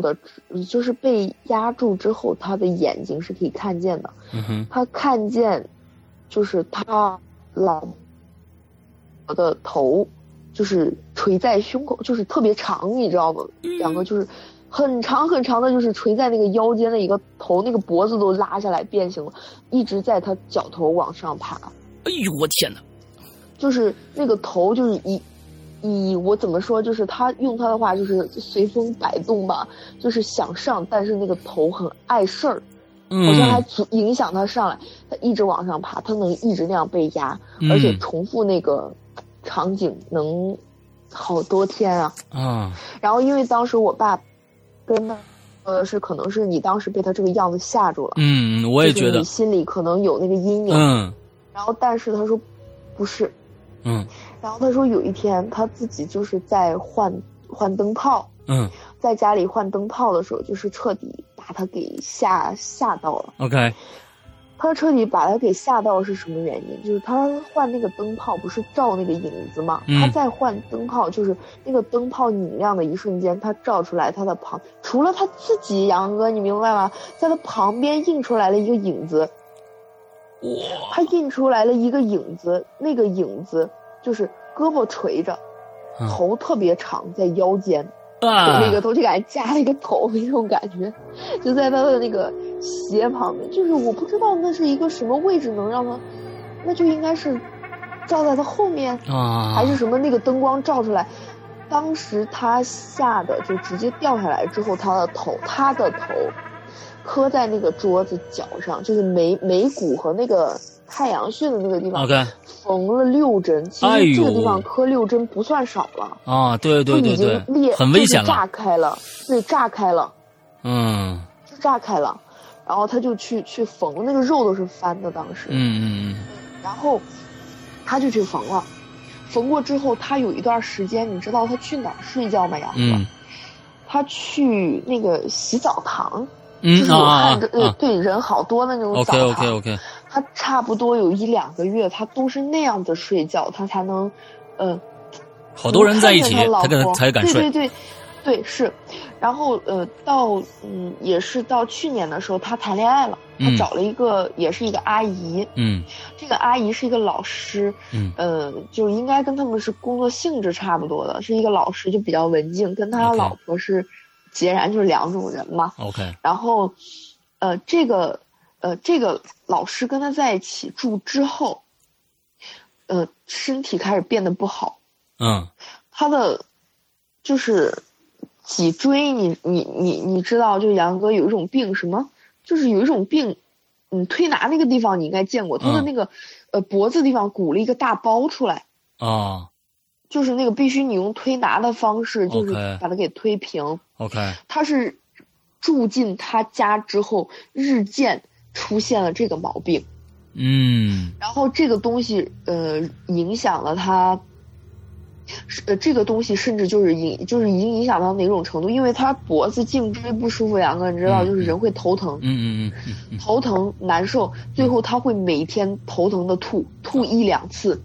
B: 之后，他的眼睛是可以看见的。他看见就是他老婆的头就是垂在胸口，就是特别长，你知道吗？两个就是很长很长的，就是垂在那个腰间的一个头，那个脖子都拉下来变形了，一直在他脚头往上爬。
C: 哎呦我天哪！
B: 就是那个头就是我怎么说，就是他用他的话就是随风摆动吧，就是想上，但是那个头很碍事儿，好像还影响他上来，他一直往上爬，他能一直那样被压，而且重复那个场景能好多天啊。然后因为当时我爸跟他是可能是你当时被他这个样子吓住了，
C: 我也觉得、
B: 就是、你心里可能有那个阴影，然后但是他说不是，然后他说有一天他自己就是在换灯泡，在家里换灯泡的时候，就是彻底把他给吓到了。
C: OK。
B: 他彻底把他给吓到是什么原因？就是他换那个灯泡不是照那个影子吗？他在换灯泡，就是那个灯泡拧亮的一瞬间，他照出来他的除了他自己，杨哥你明白吗？在他旁边映出来了一个影子。他印出来了一个影子，那个影子就是胳膊垂着，头特别长，在腰间。那个头就感觉夹了一个头那种感觉，就在他的那个鞋旁边，就是我不知道那是一个什么位置能让他，那就应该是照在他后面还是什么那个灯光照出来。当时他吓得就直接掉下来之后，他的头磕在那个桌子角上，就是眉骨和那个太阳穴的那个地方缝了6针。其实这个地方磕6针不算少了啊，
C: 对，
B: 已经
C: 很危险了，
B: 炸开了，对，炸开了，就炸开了。然后他就去缝，那个肉都是翻的，当时，然后他就去缝了，缝过之后，他有一段时间，你知道他去哪儿睡觉吗？杨哥，他去那个洗澡堂。就是我看着对人好多的那种澡堂。
C: OK。
B: 他差不多有1-2个月，他都是那样子睡觉，他才能，
C: 好多人在一起，他才敢睡。
B: 对是，然后到也是到去年的时候，他谈恋爱了，他找了一个也是一个阿姨，这个阿姨是一个老师，就应该跟他们是工作性质差不多的，是一个老师，就比较文静，跟他老婆是。截然就是2种人嘛。
C: OK。
B: 然后，这个老师跟他在一起住之后，身体开始变得不好。他的就是脊椎，你知道，就杨哥有一种病什么，就是有一种病，推拿那个地方你应该见过，他的那个脖子地方鼓了一个大包出来
C: 啊，
B: 就是那个必须你用推拿的方式，就是
C: OK
B: 把它给推平。
C: OK，
B: 他是住进他家之后，日渐出现了这个毛病。然后这个东西影响了他，这个东西甚至就是已经影响到哪种程度？因为他脖子颈椎不舒服，杨哥你知道，就是人会头疼，头疼难受，最后他会每天头疼的吐1-2次。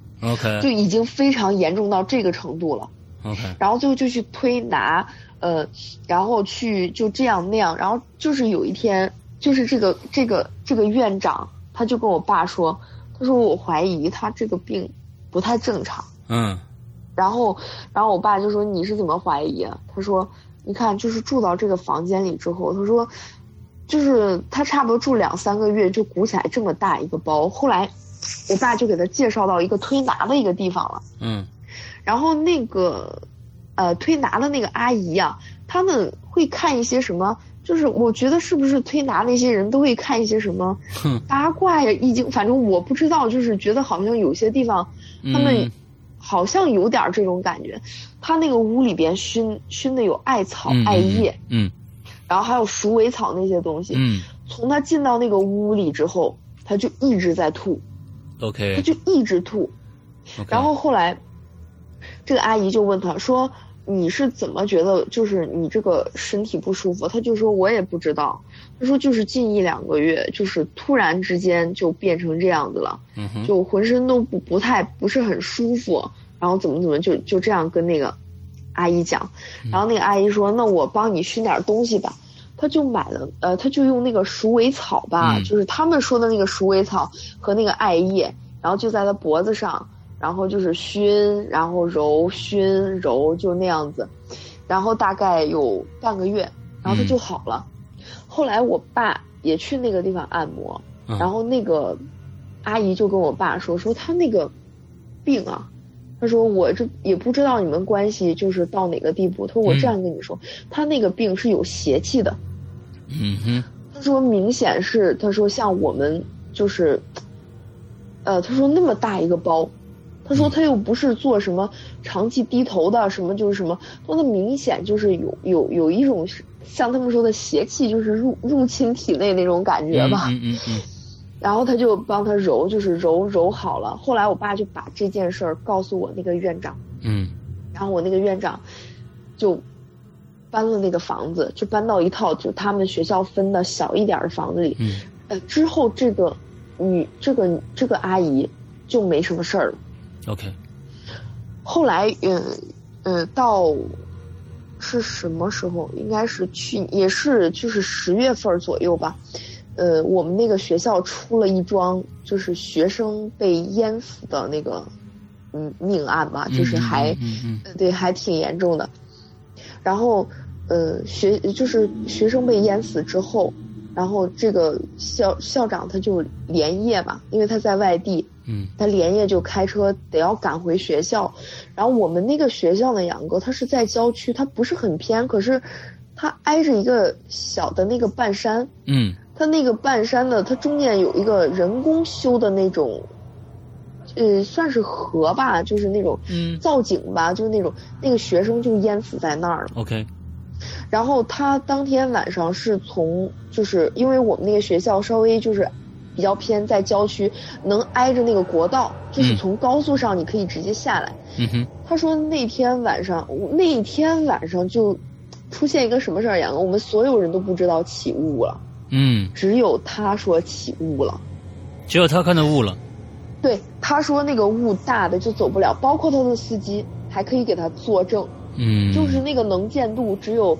C: OK，
B: 就已经非常严重到这个程度了。
C: OK，
B: 然后最后就去推拿，然后去就这样那样，然后就是有一天，就是这个院长他就跟我爸说，他说我怀疑他这个病不太正常。然后我爸就说你是怎么怀疑啊？他说你看就是住到这个房间里之后，他说就是他差不多住2-3个月就鼓起来这么大一个包，后来我爸就给他介绍到一个推拿的一个地方了。然后那个推拿的那个阿姨啊，他们会看一些什么，就是我觉得是不是推拿那些人都会看一些什么八卦呀、易经，反正我不知道，就是觉得好像有些地方他们好像有点这种感觉。他那个屋里边熏的有艾草、艾叶，然后还有鼠尾草那些东西。从他进到那个屋里之后，他就一直在吐。
C: OK，
B: 他就一直吐。然后后来这个阿姨就问他说你是怎么觉得就是你这个身体不舒服？他就说我也不知道，他说就是近1-2个月就是突然之间就变成这样子了，就浑身都不是很舒服，然后怎么就这样跟那个阿姨讲。然后那个阿姨说那我帮你熏点东西吧。他就买了他就用那个鼠尾草吧，就是他们说的那个鼠尾草和那个艾叶，然后就在他脖子上，然后就是熏，然后揉，熏揉，就那样子，然后大概有半个月，然后他就好了。后来我爸也去那个地方按摩，然后那个阿姨就跟我爸说他那个病啊，他说我这也不知道你们关系就是到哪个地步，他说我这样跟你说，他那个病是有邪气的。他说明显是，他说像我们就是他说那么大一个包，他说他又不是做什么长期低头的什么就是什么，他说明显就是有一种像他们说的邪气，就是入侵体内那种感觉吧。然后他就帮他揉，就是揉好了。后来我爸就把这件事儿告诉我那个院长，然后我那个院长就搬了那个房子，就搬到一套就他们学校分的小一点的房子里。之后这个阿姨就没什么事儿了。
C: OK。
B: 后来到是什么时候？应该是也是就是10月份左右吧。我们那个学校出了一桩就是学生被淹死的那个命案吧，就是还对还挺严重的。然后就是学生被淹死之后，然后这个校长他就连夜吧，因为他在外地，他连夜就开车得要赶回学校。然后我们那个学校呢，杨哥，它是在郊区，它不是很偏，可是它挨着一个小的那个半山。它那个半山呢，它中间有一个人工修的那种算是河吧，就是那种造景吧，就是那种那个学生就淹死在那儿了。
C: OK。
B: 然后他当天晚上是就是因为我们那个学校稍微就是比较偏在郊区，能挨着那个国道，就是从高速上你可以直接下来。他说那天晚上就出现一个什么事儿呀？我们所有人都不知道起雾了。只有他说起雾了，
C: 只有他看到雾了。
B: 对，他说那个雾大的就走不了，包括他的司机还可以给他作证。就是那个能见度只有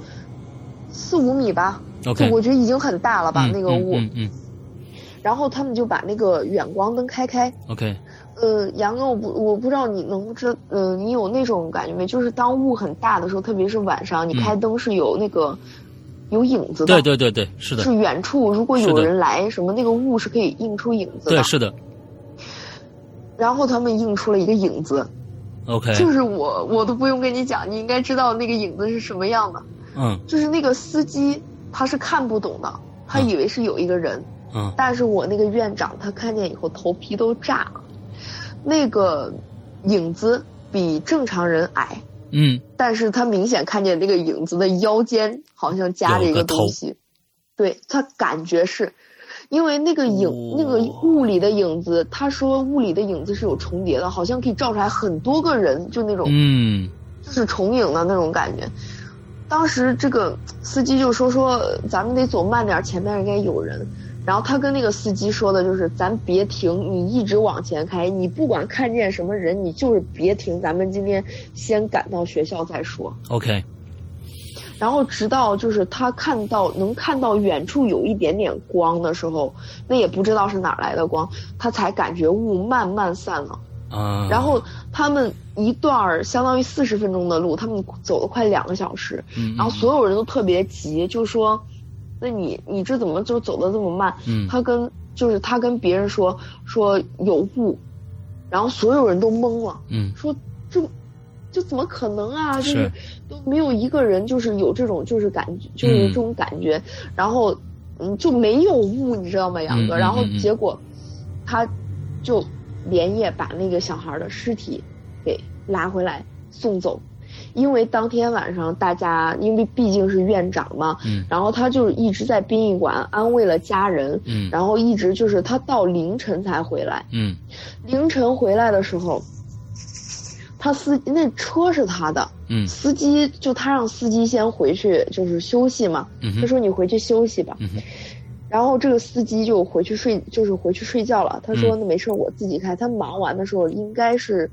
B: 4-5米吧。
C: OK，
B: 我觉得已经很大了吧，那个雾。然后他们就把那个远光灯开。
C: OK。
B: 杨哥，我不知道你能不知你有那种感觉没？就是当雾很大的时候，特别是晚上，你开灯是有那个。有影子的。
C: 对，是的。
B: 是远处如果有人来什么，那个雾是可以映出影子的。
C: 对，是的。
B: 然后他们映出了一个影子，
C: OK，
B: 就是我都不用跟你讲，你应该知道那个影子是什么样的。就是那个司机他是看不懂的，他以为是有一个人。但是我那个院长他看见以后头皮都炸了，那个影子比正常人矮，但是他明显看见那个影子的腰间好像夹着一个东西，对，他感觉是，因为那个那个物理的影子，他说物理的影子是有重叠的，好像可以照出来很多个人，就那种，就是重影的那种感觉。当时这个司机就说咱们得走慢点，前面应该有人。然后他跟那个司机说的就是咱别停，你一直往前开，你不管看见什么人你就是别停，咱们今天先赶到学校再说。
C: OK，
B: 然后直到就是他能看到远处有一点点光的时候，那也不知道是哪来的光，他才感觉雾慢慢散了。然后他们一段相当于40分钟的路，他们走了快2个小时，然后所有人都特别急，就说那你这怎么就走得这么慢？他跟别人说有雾，然后所有人都懵了，说这怎么可能啊？就是都没有一个人就是有这种就是感觉，就是这种感觉，然后就没有雾，你知道吗，杨哥？然后结果他就连夜把那个小孩的尸体给拉回来送走。因为当天晚上大家因为毕竟是院长嘛，然后他就一直在殡仪馆安慰了家人，然后一直就是他到凌晨才回来，凌晨回来的时候，他那车是他的，司机就他让司机先回去就是休息嘛，他说你回去休息吧，然后这个司机就回去睡觉了，他说那没事我自己开，他忙完的时候应该是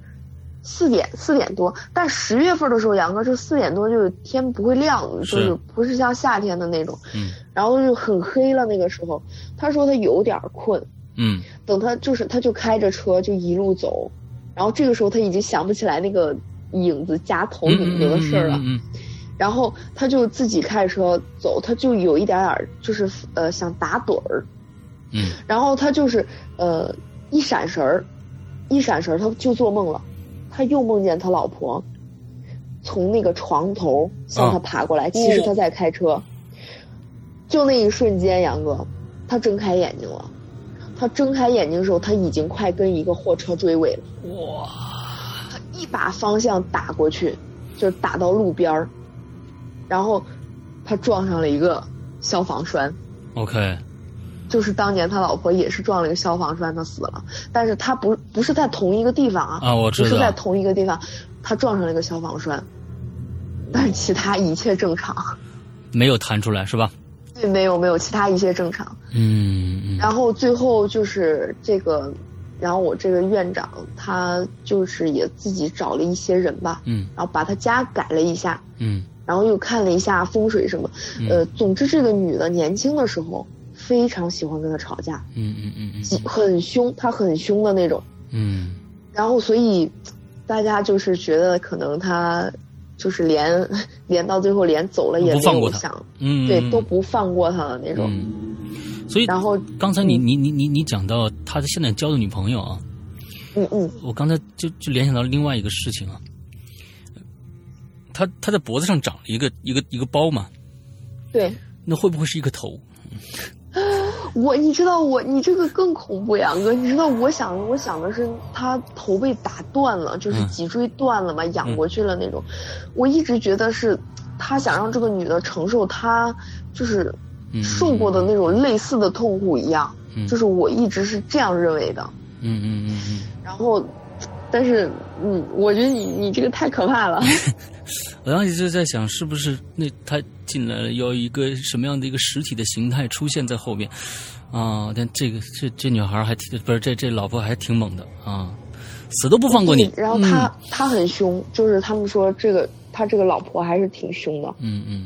B: 4点多，但10月份的时候，杨哥这4点多就是天不会亮，就是不是像夏天的那种，然后就很黑了。那个时候，他说他有点困，等他就开着车就一路走，然后这个时候他已经想不起来那个影子夹头影子的事儿了，然后他就自己开车走，他就有一点就是想打盹儿，然后他就是一闪神儿他就做梦了。他又梦见他老婆从那个床头向他爬过来，其实他在开车。就那一瞬间，杨哥，他睁开眼睛了。他睁开眼睛的时候，他已经快跟一个货车追尾了。哇！他一把方向打过去，就是打到路边儿，然后他撞上了一个消防栓。
C: OK。
B: 就是当年他老婆也是撞了一个消防栓，他死了，但是他不是在同一个地方啊，
C: 我知道，
B: 不是在同一个地方，他撞上了一个消防栓，但是其他一切正常，
C: 没有弹出来是吧？
B: 对，没有，其他一切正常。然后最后就是这个，然后我这个院长他就是也自己找了一些人吧，然后把他家改了一下，然后又看了一下风水什么，总之这个女的年轻的时候非常喜欢跟他吵架，很凶，他很凶的那种，然后所以大家就是觉得可能他就是连到最后连走了也没有想，对，都不放过他的那种。
C: 所以，
B: 然后
C: 刚才你讲到他现在交的女朋友啊，我刚才就联想到另外一个事情啊，他在脖子上长了一个包嘛，
B: 对，
C: 那会不会是一个头？
B: 你知道你这个更恐怖，杨哥，你知道我想的是他头被打断了，就是脊椎断了嘛，仰过去了那种。我一直觉得是他想让这个女的承受他就是受过的那种类似的痛苦一样，就是我一直是这样认为的。然后，但是我觉得你这个太可怕了。
C: 我当时就在想，是不是他进来了要一个什么样的一个实体的形态出现在后面啊？但这女孩还不是这老婆还挺猛的啊，死都不放过你。
B: 然后他很凶，就是他们说他这个老婆还是挺凶的。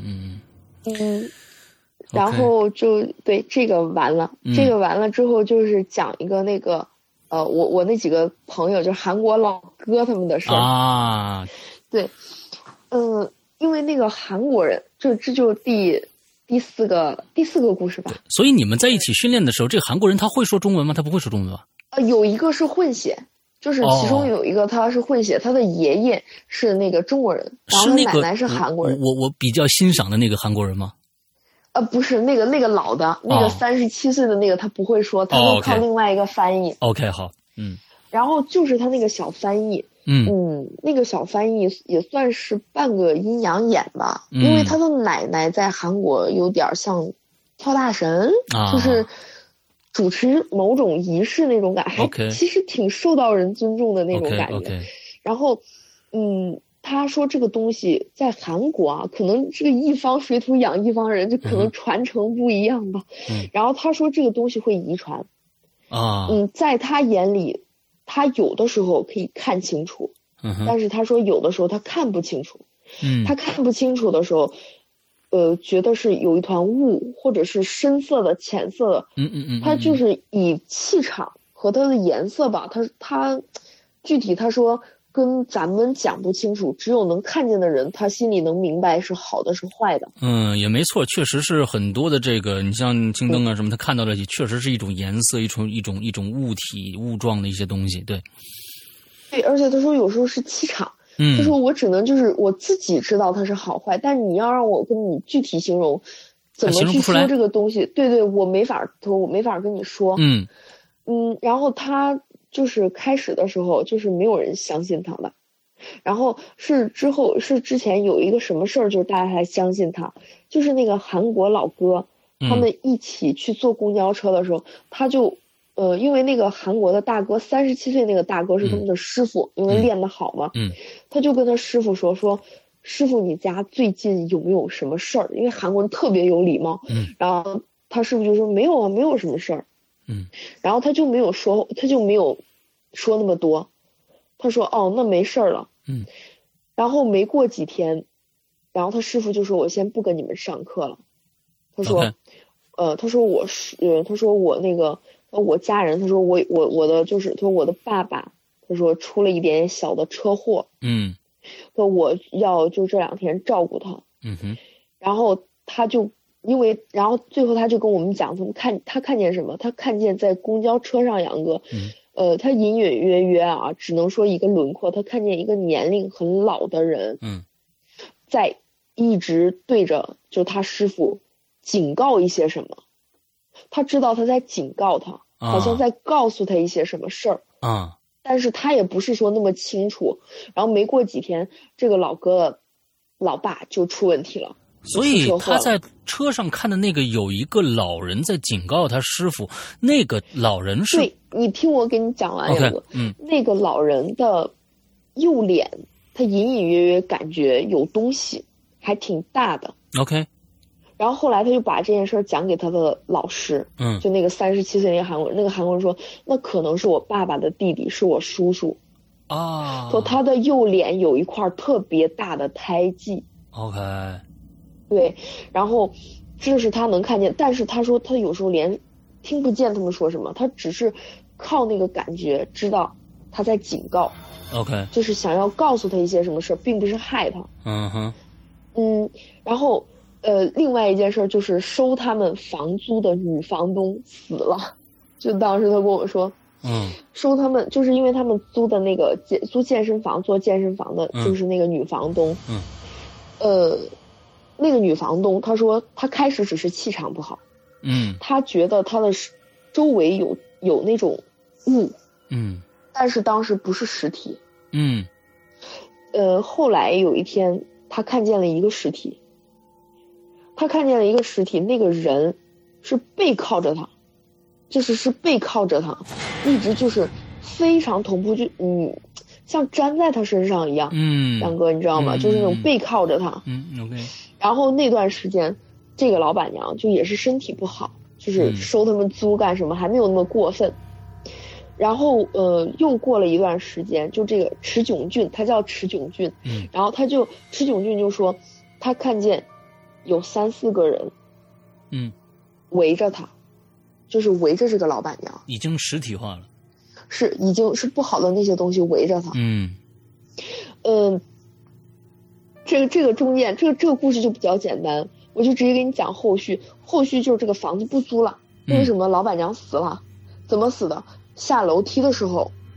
B: 然后就对这个完了，这个完了之后就是讲一个那个我那几个朋友就韩国老哥他们的事啊，对。因为那个韩国人，这就第四个故事吧。
C: 所以你们在一起训练的时候，这个韩国人他会说中文吗？他不会说中文吧？
B: 有一个是混血， 就是其中有一个他是混血，他的爷爷是那个中国人，然后他奶奶是韩国人。
C: 我比较欣赏的那个韩国人吗？
B: 不是那个老的，那个37岁的那个他不会说，他会靠另外一个翻译。
C: OK， 好，
B: 然后就是他那个小翻译，那个小翻译也算是半个阴阳眼吧，因为他的奶奶在韩国有点像跳大神，就是主持某种仪式那种感觉，还其实挺受到人尊重的那种感觉。然后，他说这个东西在韩国啊，可能这个一方水土养一方人，就可能传承不一样吧。然后他说这个东西会遗传在他眼里，他有的时候可以看清楚，但是他说有的时候他看不清楚。他看不清楚的时候，觉得是有一团雾，或者是深色的、浅色的。他就是以气场和它的颜色吧，他具体他说跟咱们讲不清楚，只有能看见的人，他心里能明白是好的是坏的。
C: 也没错，确实是很多的这个，你像青灯啊什么，他看到的确实是一种颜色，一种物体物状的一些东西，对。
B: 对，而且他说有时候是气场。他说我只能就是我自己知道它是好坏，但是你要让我跟你具体形容，怎么去说这个东西？对，我没法跟你说。然后他就是开始的时候就是没有人相信他的，然后是之前有一个什么事儿，就是大家才相信他，就是那个韩国老哥，他们一起去坐公交车的时候，他就因为那个韩国的大哥37岁那个大哥是他们的师傅，因为练得好嘛，他就跟他师傅说师傅你家最近有没有什么事儿？因为韩国人特别有礼貌，然后他师傅就说没有啊，没有什么事儿，然后他就没有说那么多，他说哦那没事儿了，然后没过几天，然后他师傅就说我先不跟你们上课了，他说他说我那个我家人，他说我的就是他说我的爸爸，他说出了一点小的车祸，说我要就这2天照顾他，然后他就然后最后他就跟我们讲他看见什么，他看见在公交车上杨哥，他隐隐约约啊，只能说一个轮廓，他看见一个年龄很老的人，在一直对着就他师傅警告一些什么。他知道他在警告他，好像在告诉他一些什么事儿但是他也不是说那么清楚。然后没过几天，这个老哥老爸就出问题了，
C: 所以他在车上看的那个有一个老人在警告他师傅，那个老人是
B: 对，你听我给你讲完杨哥，那个老人的右脸，他隐隐约约感觉有东西，还挺大的。
C: OK。
B: 然后后来他就把这件事讲给他的老师，就那个37岁那个韩国人，说那可能是我爸爸的弟弟，是我叔叔说他的右脸有一块特别大的胎记。
C: OK。
B: 对，然后这是他能看见，但是他说他有时候连听不见他们说什么，他只是靠那个感觉知道他在警告。
C: OK。
B: 就是想要告诉他一些什么事，并不是害他。然后另外一件事就是收他们房租的女房东死了，就当时他跟我说，收他们就是因为他们租的那个租健身房做健身房的，就是那个女房东，那个女房东她说她开始只是气场不好，她觉得她的周围有那种雾，但是当时不是实体，后来有一天她看见了一个实体。那个人是背靠着他，是背靠着他，一直就是非常同步，就像粘在他身上一样。杨哥你知道吗？就是那种背靠着他。
C: OK。
B: 然后那段时间，这个老板娘就也是身体不好，就是收他们租干什么，还没有那么过分。然后又过了一段时间，就这个池炯俊，他叫池炯俊，然后池炯俊就说他看见有3-4个人，围着他，就是围着这个老板娘，
C: 已经实体化了，
B: 是已经是不好的那些东西围着他。这个中间这个故事就比较简单，我就直接给你讲后续就是这个房子不租了，为什么老板娘死了？怎么死的？下楼梯的时候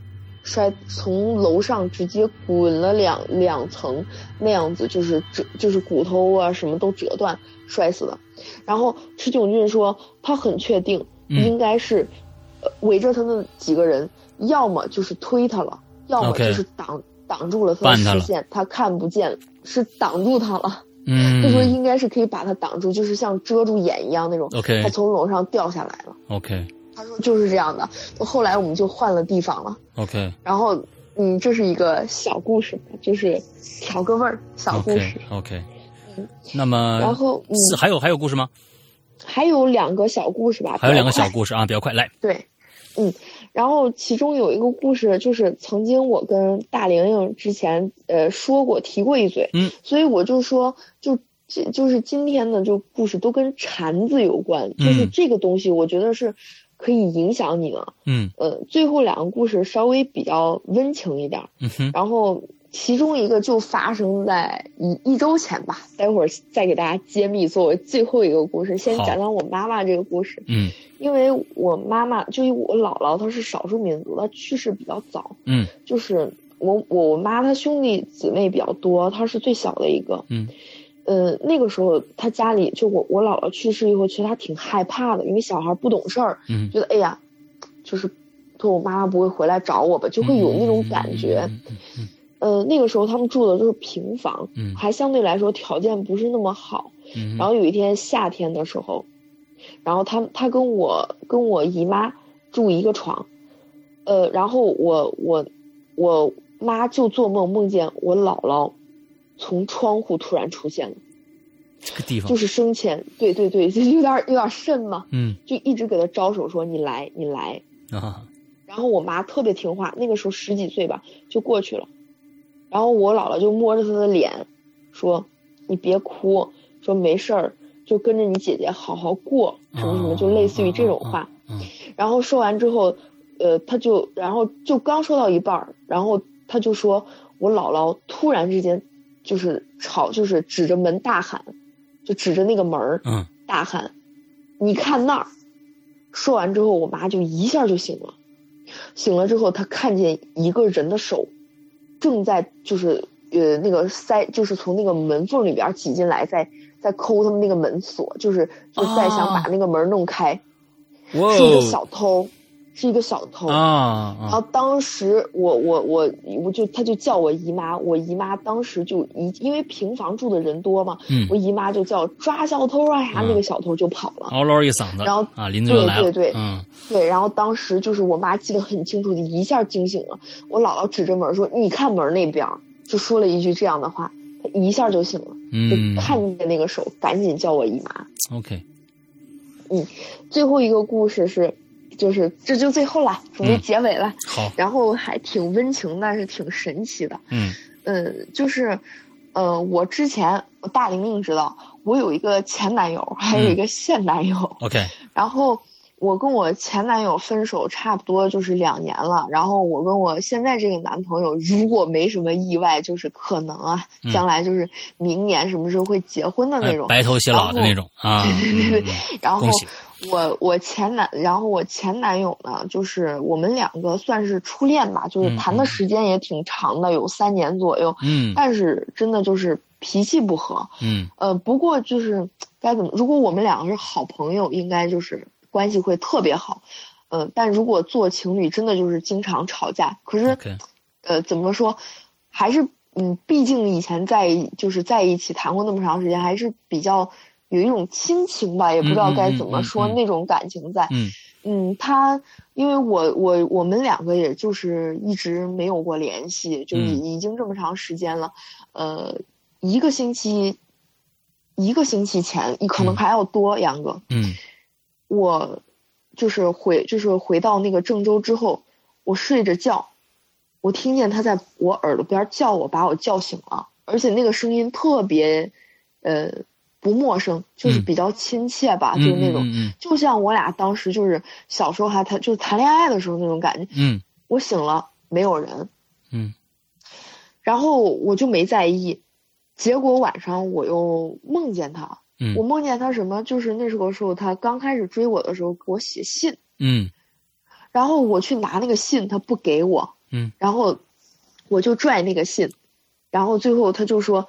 B: 从楼上直接滚了两层那样子，就是骨头啊什么都折断摔死的。然后池炯俊说他很确定应该是围着他的几个人要么就是推他了，要么就是挡住了他的视线，他看不见，是挡住他了。他说应该是可以把他挡住，就是像遮住眼一样那种。他从楼上掉下来了。他说就是这样的。后来我们就换了地方了。然后这是一个小故事，就是调个味儿，小故事。
C: 那么
B: 然后
C: 还有故事吗？
B: 还有2个小故事吧。
C: 还有2个小故事啊，比较快来。
B: 对，然后其中有一个故事，就是曾经我跟大玲玲之前提过一嘴，所以我就说就是今天的就故事都跟蝉子有关，就是这个东西我觉得是可以影响你的。最后2个故事稍微比较温情一点，然后其中一个就发生在一周前吧，待会儿再给大家揭秘作为最后一个故事。先讲讲我妈妈这个故事。因为我妈妈就是我姥姥，她是少数民族，她去世比较早。就是我妈她兄弟姊妹比较多，她是最小的一个。那个时候她家里就我姥姥去世以后，其实她挺害怕的，因为小孩不懂事儿，觉得哎呀，就是说我妈妈不会回来找我吧，就会有那种感觉。那个时候他们住的都是平房，还相对来说条件不是那么好。然后有一天夏天的时候，然后他跟我姨妈住一个床，然后我妈就做梦见我姥姥从窗户突然出现了。
C: 这个地方
B: 就是生前，对，就有点瘆嘛。就一直给他招手说你来啊。然后我妈特别听话，那个时候10几岁吧，就过去了。然后我姥姥就摸着她的脸说你别哭，说没事儿，就跟着你姐姐好好过，什么什么，就类似于这种话。然后说完之后然后就刚说到一半，然后他就说我姥姥突然之间就是指着门大喊，就指着那个门大喊你看那儿。说完之后我妈就一下就醒了。醒了之后她看见一个人的手正在就是那个就是从那个门缝里边挤进来，在抠他们那个门锁，就在想把那个门弄开。是一个小偷，然后当时他就叫我姨妈，我姨妈当时就因为平房住的人多嘛，我姨妈就叫抓小偷啊啥，那个小偷就跑了，
C: 嗷唠一嗓子，
B: 然后
C: 邻居就来了，
B: 对，然后当时就是我妈记得很清楚的一下惊醒了，我姥姥指着门说你看门那边，就说了一句这样的话，她一下就醒了，就看见那个手，赶紧叫我姨妈。最后一个故事这就最后了，准备结尾了。
C: 好，
B: 然后还挺温情，但是挺神奇的。就是我之前大玲玲知道我有一个前男友，还有一个现男友。然后我跟我前男友分手差不多就是2年了，然后我跟我现在这个男朋友如果没什么意外，就是可能将来就是明年什么时候会结婚的那种，
C: 白头偕老的那种啊。
B: 对。然后我前男友呢，就是我们2个算是初恋吧，就是谈的时间也挺长的，有3年左右。但是真的就是脾气不合。不过就是如果我们2个是好朋友，应该就是关系会特别好。但如果做情侣，真的就是经常吵架。可是怎么说，还是毕竟以前在一起谈过那么长时间，还是比较有一种亲情吧，也不知道该怎么说，那种感情在。他因为我们2个也就是一直没有过联系，就已经这么长时间了。一个星期前，可能还要多杨哥。我就是回到那个郑州之后，我睡着觉，我听见他在我耳朵边叫我，把我叫醒了，而且那个声音特别不陌生，就是比较亲切吧，就是那种就像我俩当时就是小时候就是谈恋爱的时候那种感觉。我醒了，没有人。然后我就没在意，结果晚上我又梦见他。我梦见他什么，就是那时候他刚开始追我的时候给我写信。然后我去拿那个信，他不给我。 然后我就拽那个信，然后最后他说，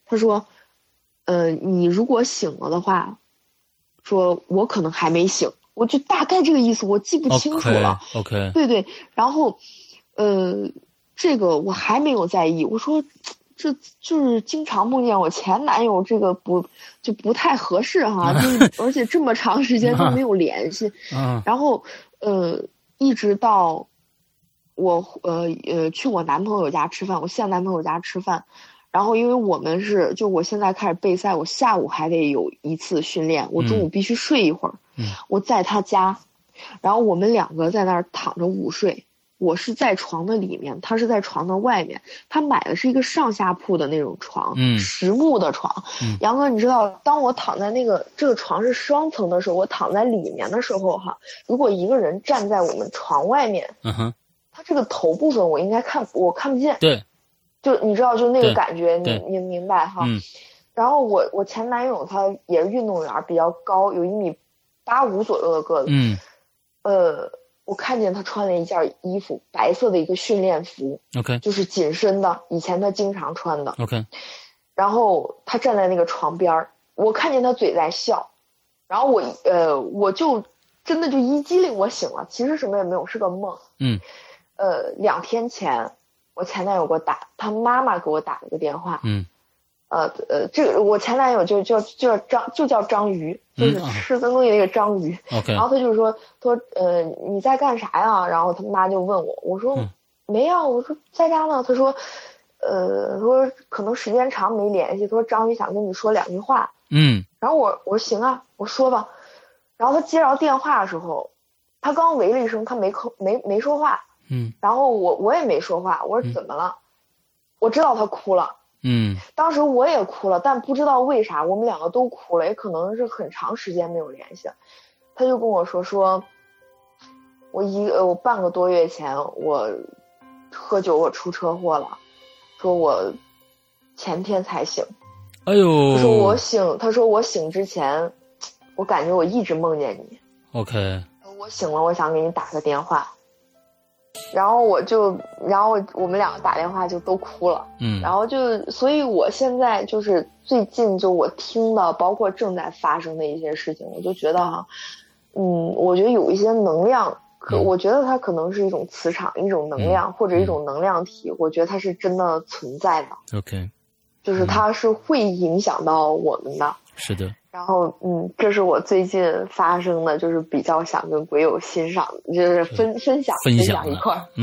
B: 你如果醒了的话，说我可能还没醒，我就大概这个意思，我记不清楚了。
C: OK，
B: 对对，然后，这个我还没有在意，我说。这就是经常梦见我前男友，这个不太合适哈，就是而且这么长时间都没有联系，然后一直到我去我男朋友家吃饭，我现男朋友家吃饭，然后因为我们就我现在开始备赛，我下午还得有一次训练，我中午必须睡一会儿，我在他家，然后我们两个在那儿躺着午睡。我是在床的里面，他是在床的外面。他买的是一个上下铺的那种床，实木的床。杨哥，你知道，当我躺在这个床是双层的时候，我躺在里面的时候哈，如果一个人站在我们床外面，他这个头部分我应该我看不见。
C: 对，
B: 就你知道，就那个感觉，你明白哈？然后我前男友他也是运动员，比较高，有1.85米左右的个子。我看见他穿了一件衣服，白色的一个训练服
C: ，OK，
B: 就是紧身的，以前他经常穿的
C: ，OK。
B: 然后他站在那个床边，我看见他嘴在笑，然后我就真的就一激灵，我醒了，其实什么也没有，是个梦。2天前，我前男友给我他妈妈给我打了个电话。这个我前男友就叫章鱼，就是吃的东西那个章鱼。然后他就说你在干啥呀？然后他妈就问我说没有，我说在家呢。他说说可能时间长没联系，他说章鱼想跟你说2句话。然后我说行啊，我说吧。然后他接着电话的时候，他刚喂了一声，他没说话。然后我也没说话，我说怎么了？我知道他哭了。当时我也哭了，但不知道为啥，我们两个都哭了，也可能是很长时间没有联系。他就跟我说，我半个多月前我喝酒，我出车祸了，说我前天才醒。
C: 哎呦！
B: 他说我醒之前，我感觉我一直梦见你。
C: OK。
B: 我醒了，我想给你打个电话。然后我们两个打电话就都哭了。然后所以我现在就是最近就我听的，包括正在发生的一些事情，我就觉得哈，我觉得有一些能量，我觉得它可能是一种磁场，一种能量，或者一种能量体，我觉得它是真的存在的。
C: OK。
B: 就是它是会影响到我们的。
C: 是的。
B: 然后这是我最近发生的，就是比较想跟鬼友欣赏，就是分享一块儿。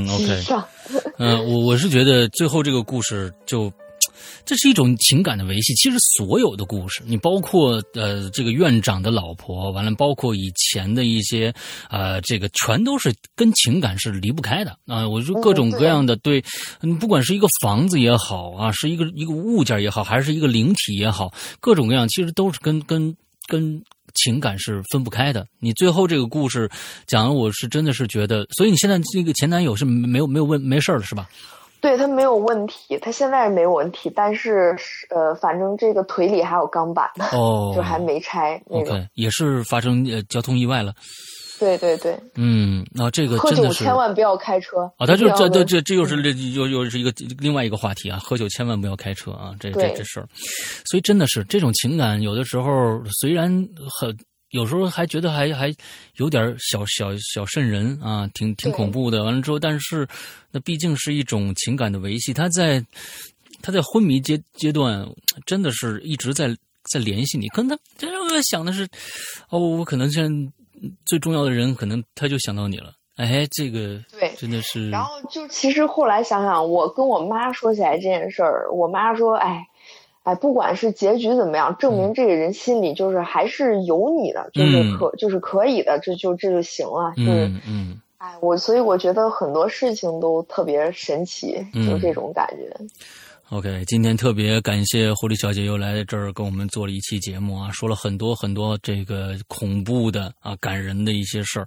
C: OK。我是觉得最后这个故事这是一种情感的维系。其实所有的故事，你包括这个院长的老婆，完了包括以前的一些这个全都是跟情感是离不开的啊。我说各种各样的对，不管是一个房子也好啊，是一个物件也好，还是一个灵体也好，各种各样其实都是跟情感是分不开的。你最后这个故事讲了，我是真的是觉得，所以你现在这个前男友是没事了是吧？
B: 对，他没有问题，他现在是没有问题，但是反正这个腿里还有钢板呢，就还没拆那种。
C: OK， 也是发生交通意外了。
B: 对对对。
C: 这个
B: 喝酒千万不要开车
C: 啊！他就这又是一个另外一个话题啊！喝酒千万不要开车啊！这事儿，所以真的是这种情感，有的时候虽然有时候还觉得还有点小瘆人啊，挺恐怖的。完了之后，但是那毕竟是一种情感的维系，他在昏迷阶段，真的是一直在联系你。可能他这让我想的是，我可能现在最重要的人，可能他就想到你了。哎，这个对，真的是。
B: 然后就其实后来想想，我跟我妈说起来这件事儿，我妈说，哎，不管是结局怎么样，证明这个人心里就是还是有你的，就是可以的，这就行了。所以我觉得很多事情都特别神奇，就这种感觉。
C: OK， 今天特别感谢狐狸小姐又来这儿跟我们做了一期节目啊，说了很多很多这个恐怖的啊、感人的一些事儿。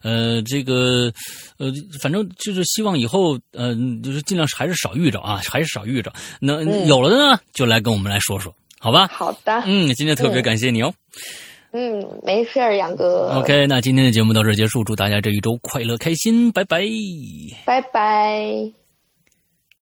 C: 反正就是希望以后就是尽量还是少遇着啊，还是少遇着。那有了的呢，就来跟我们来说说，好吧？
B: 好的。
C: 今天特别感谢你哦。
B: 没事儿，杨哥。
C: OK， 那今天的节目到这儿结束，祝大家这一周快乐开心，拜拜，
B: 拜拜。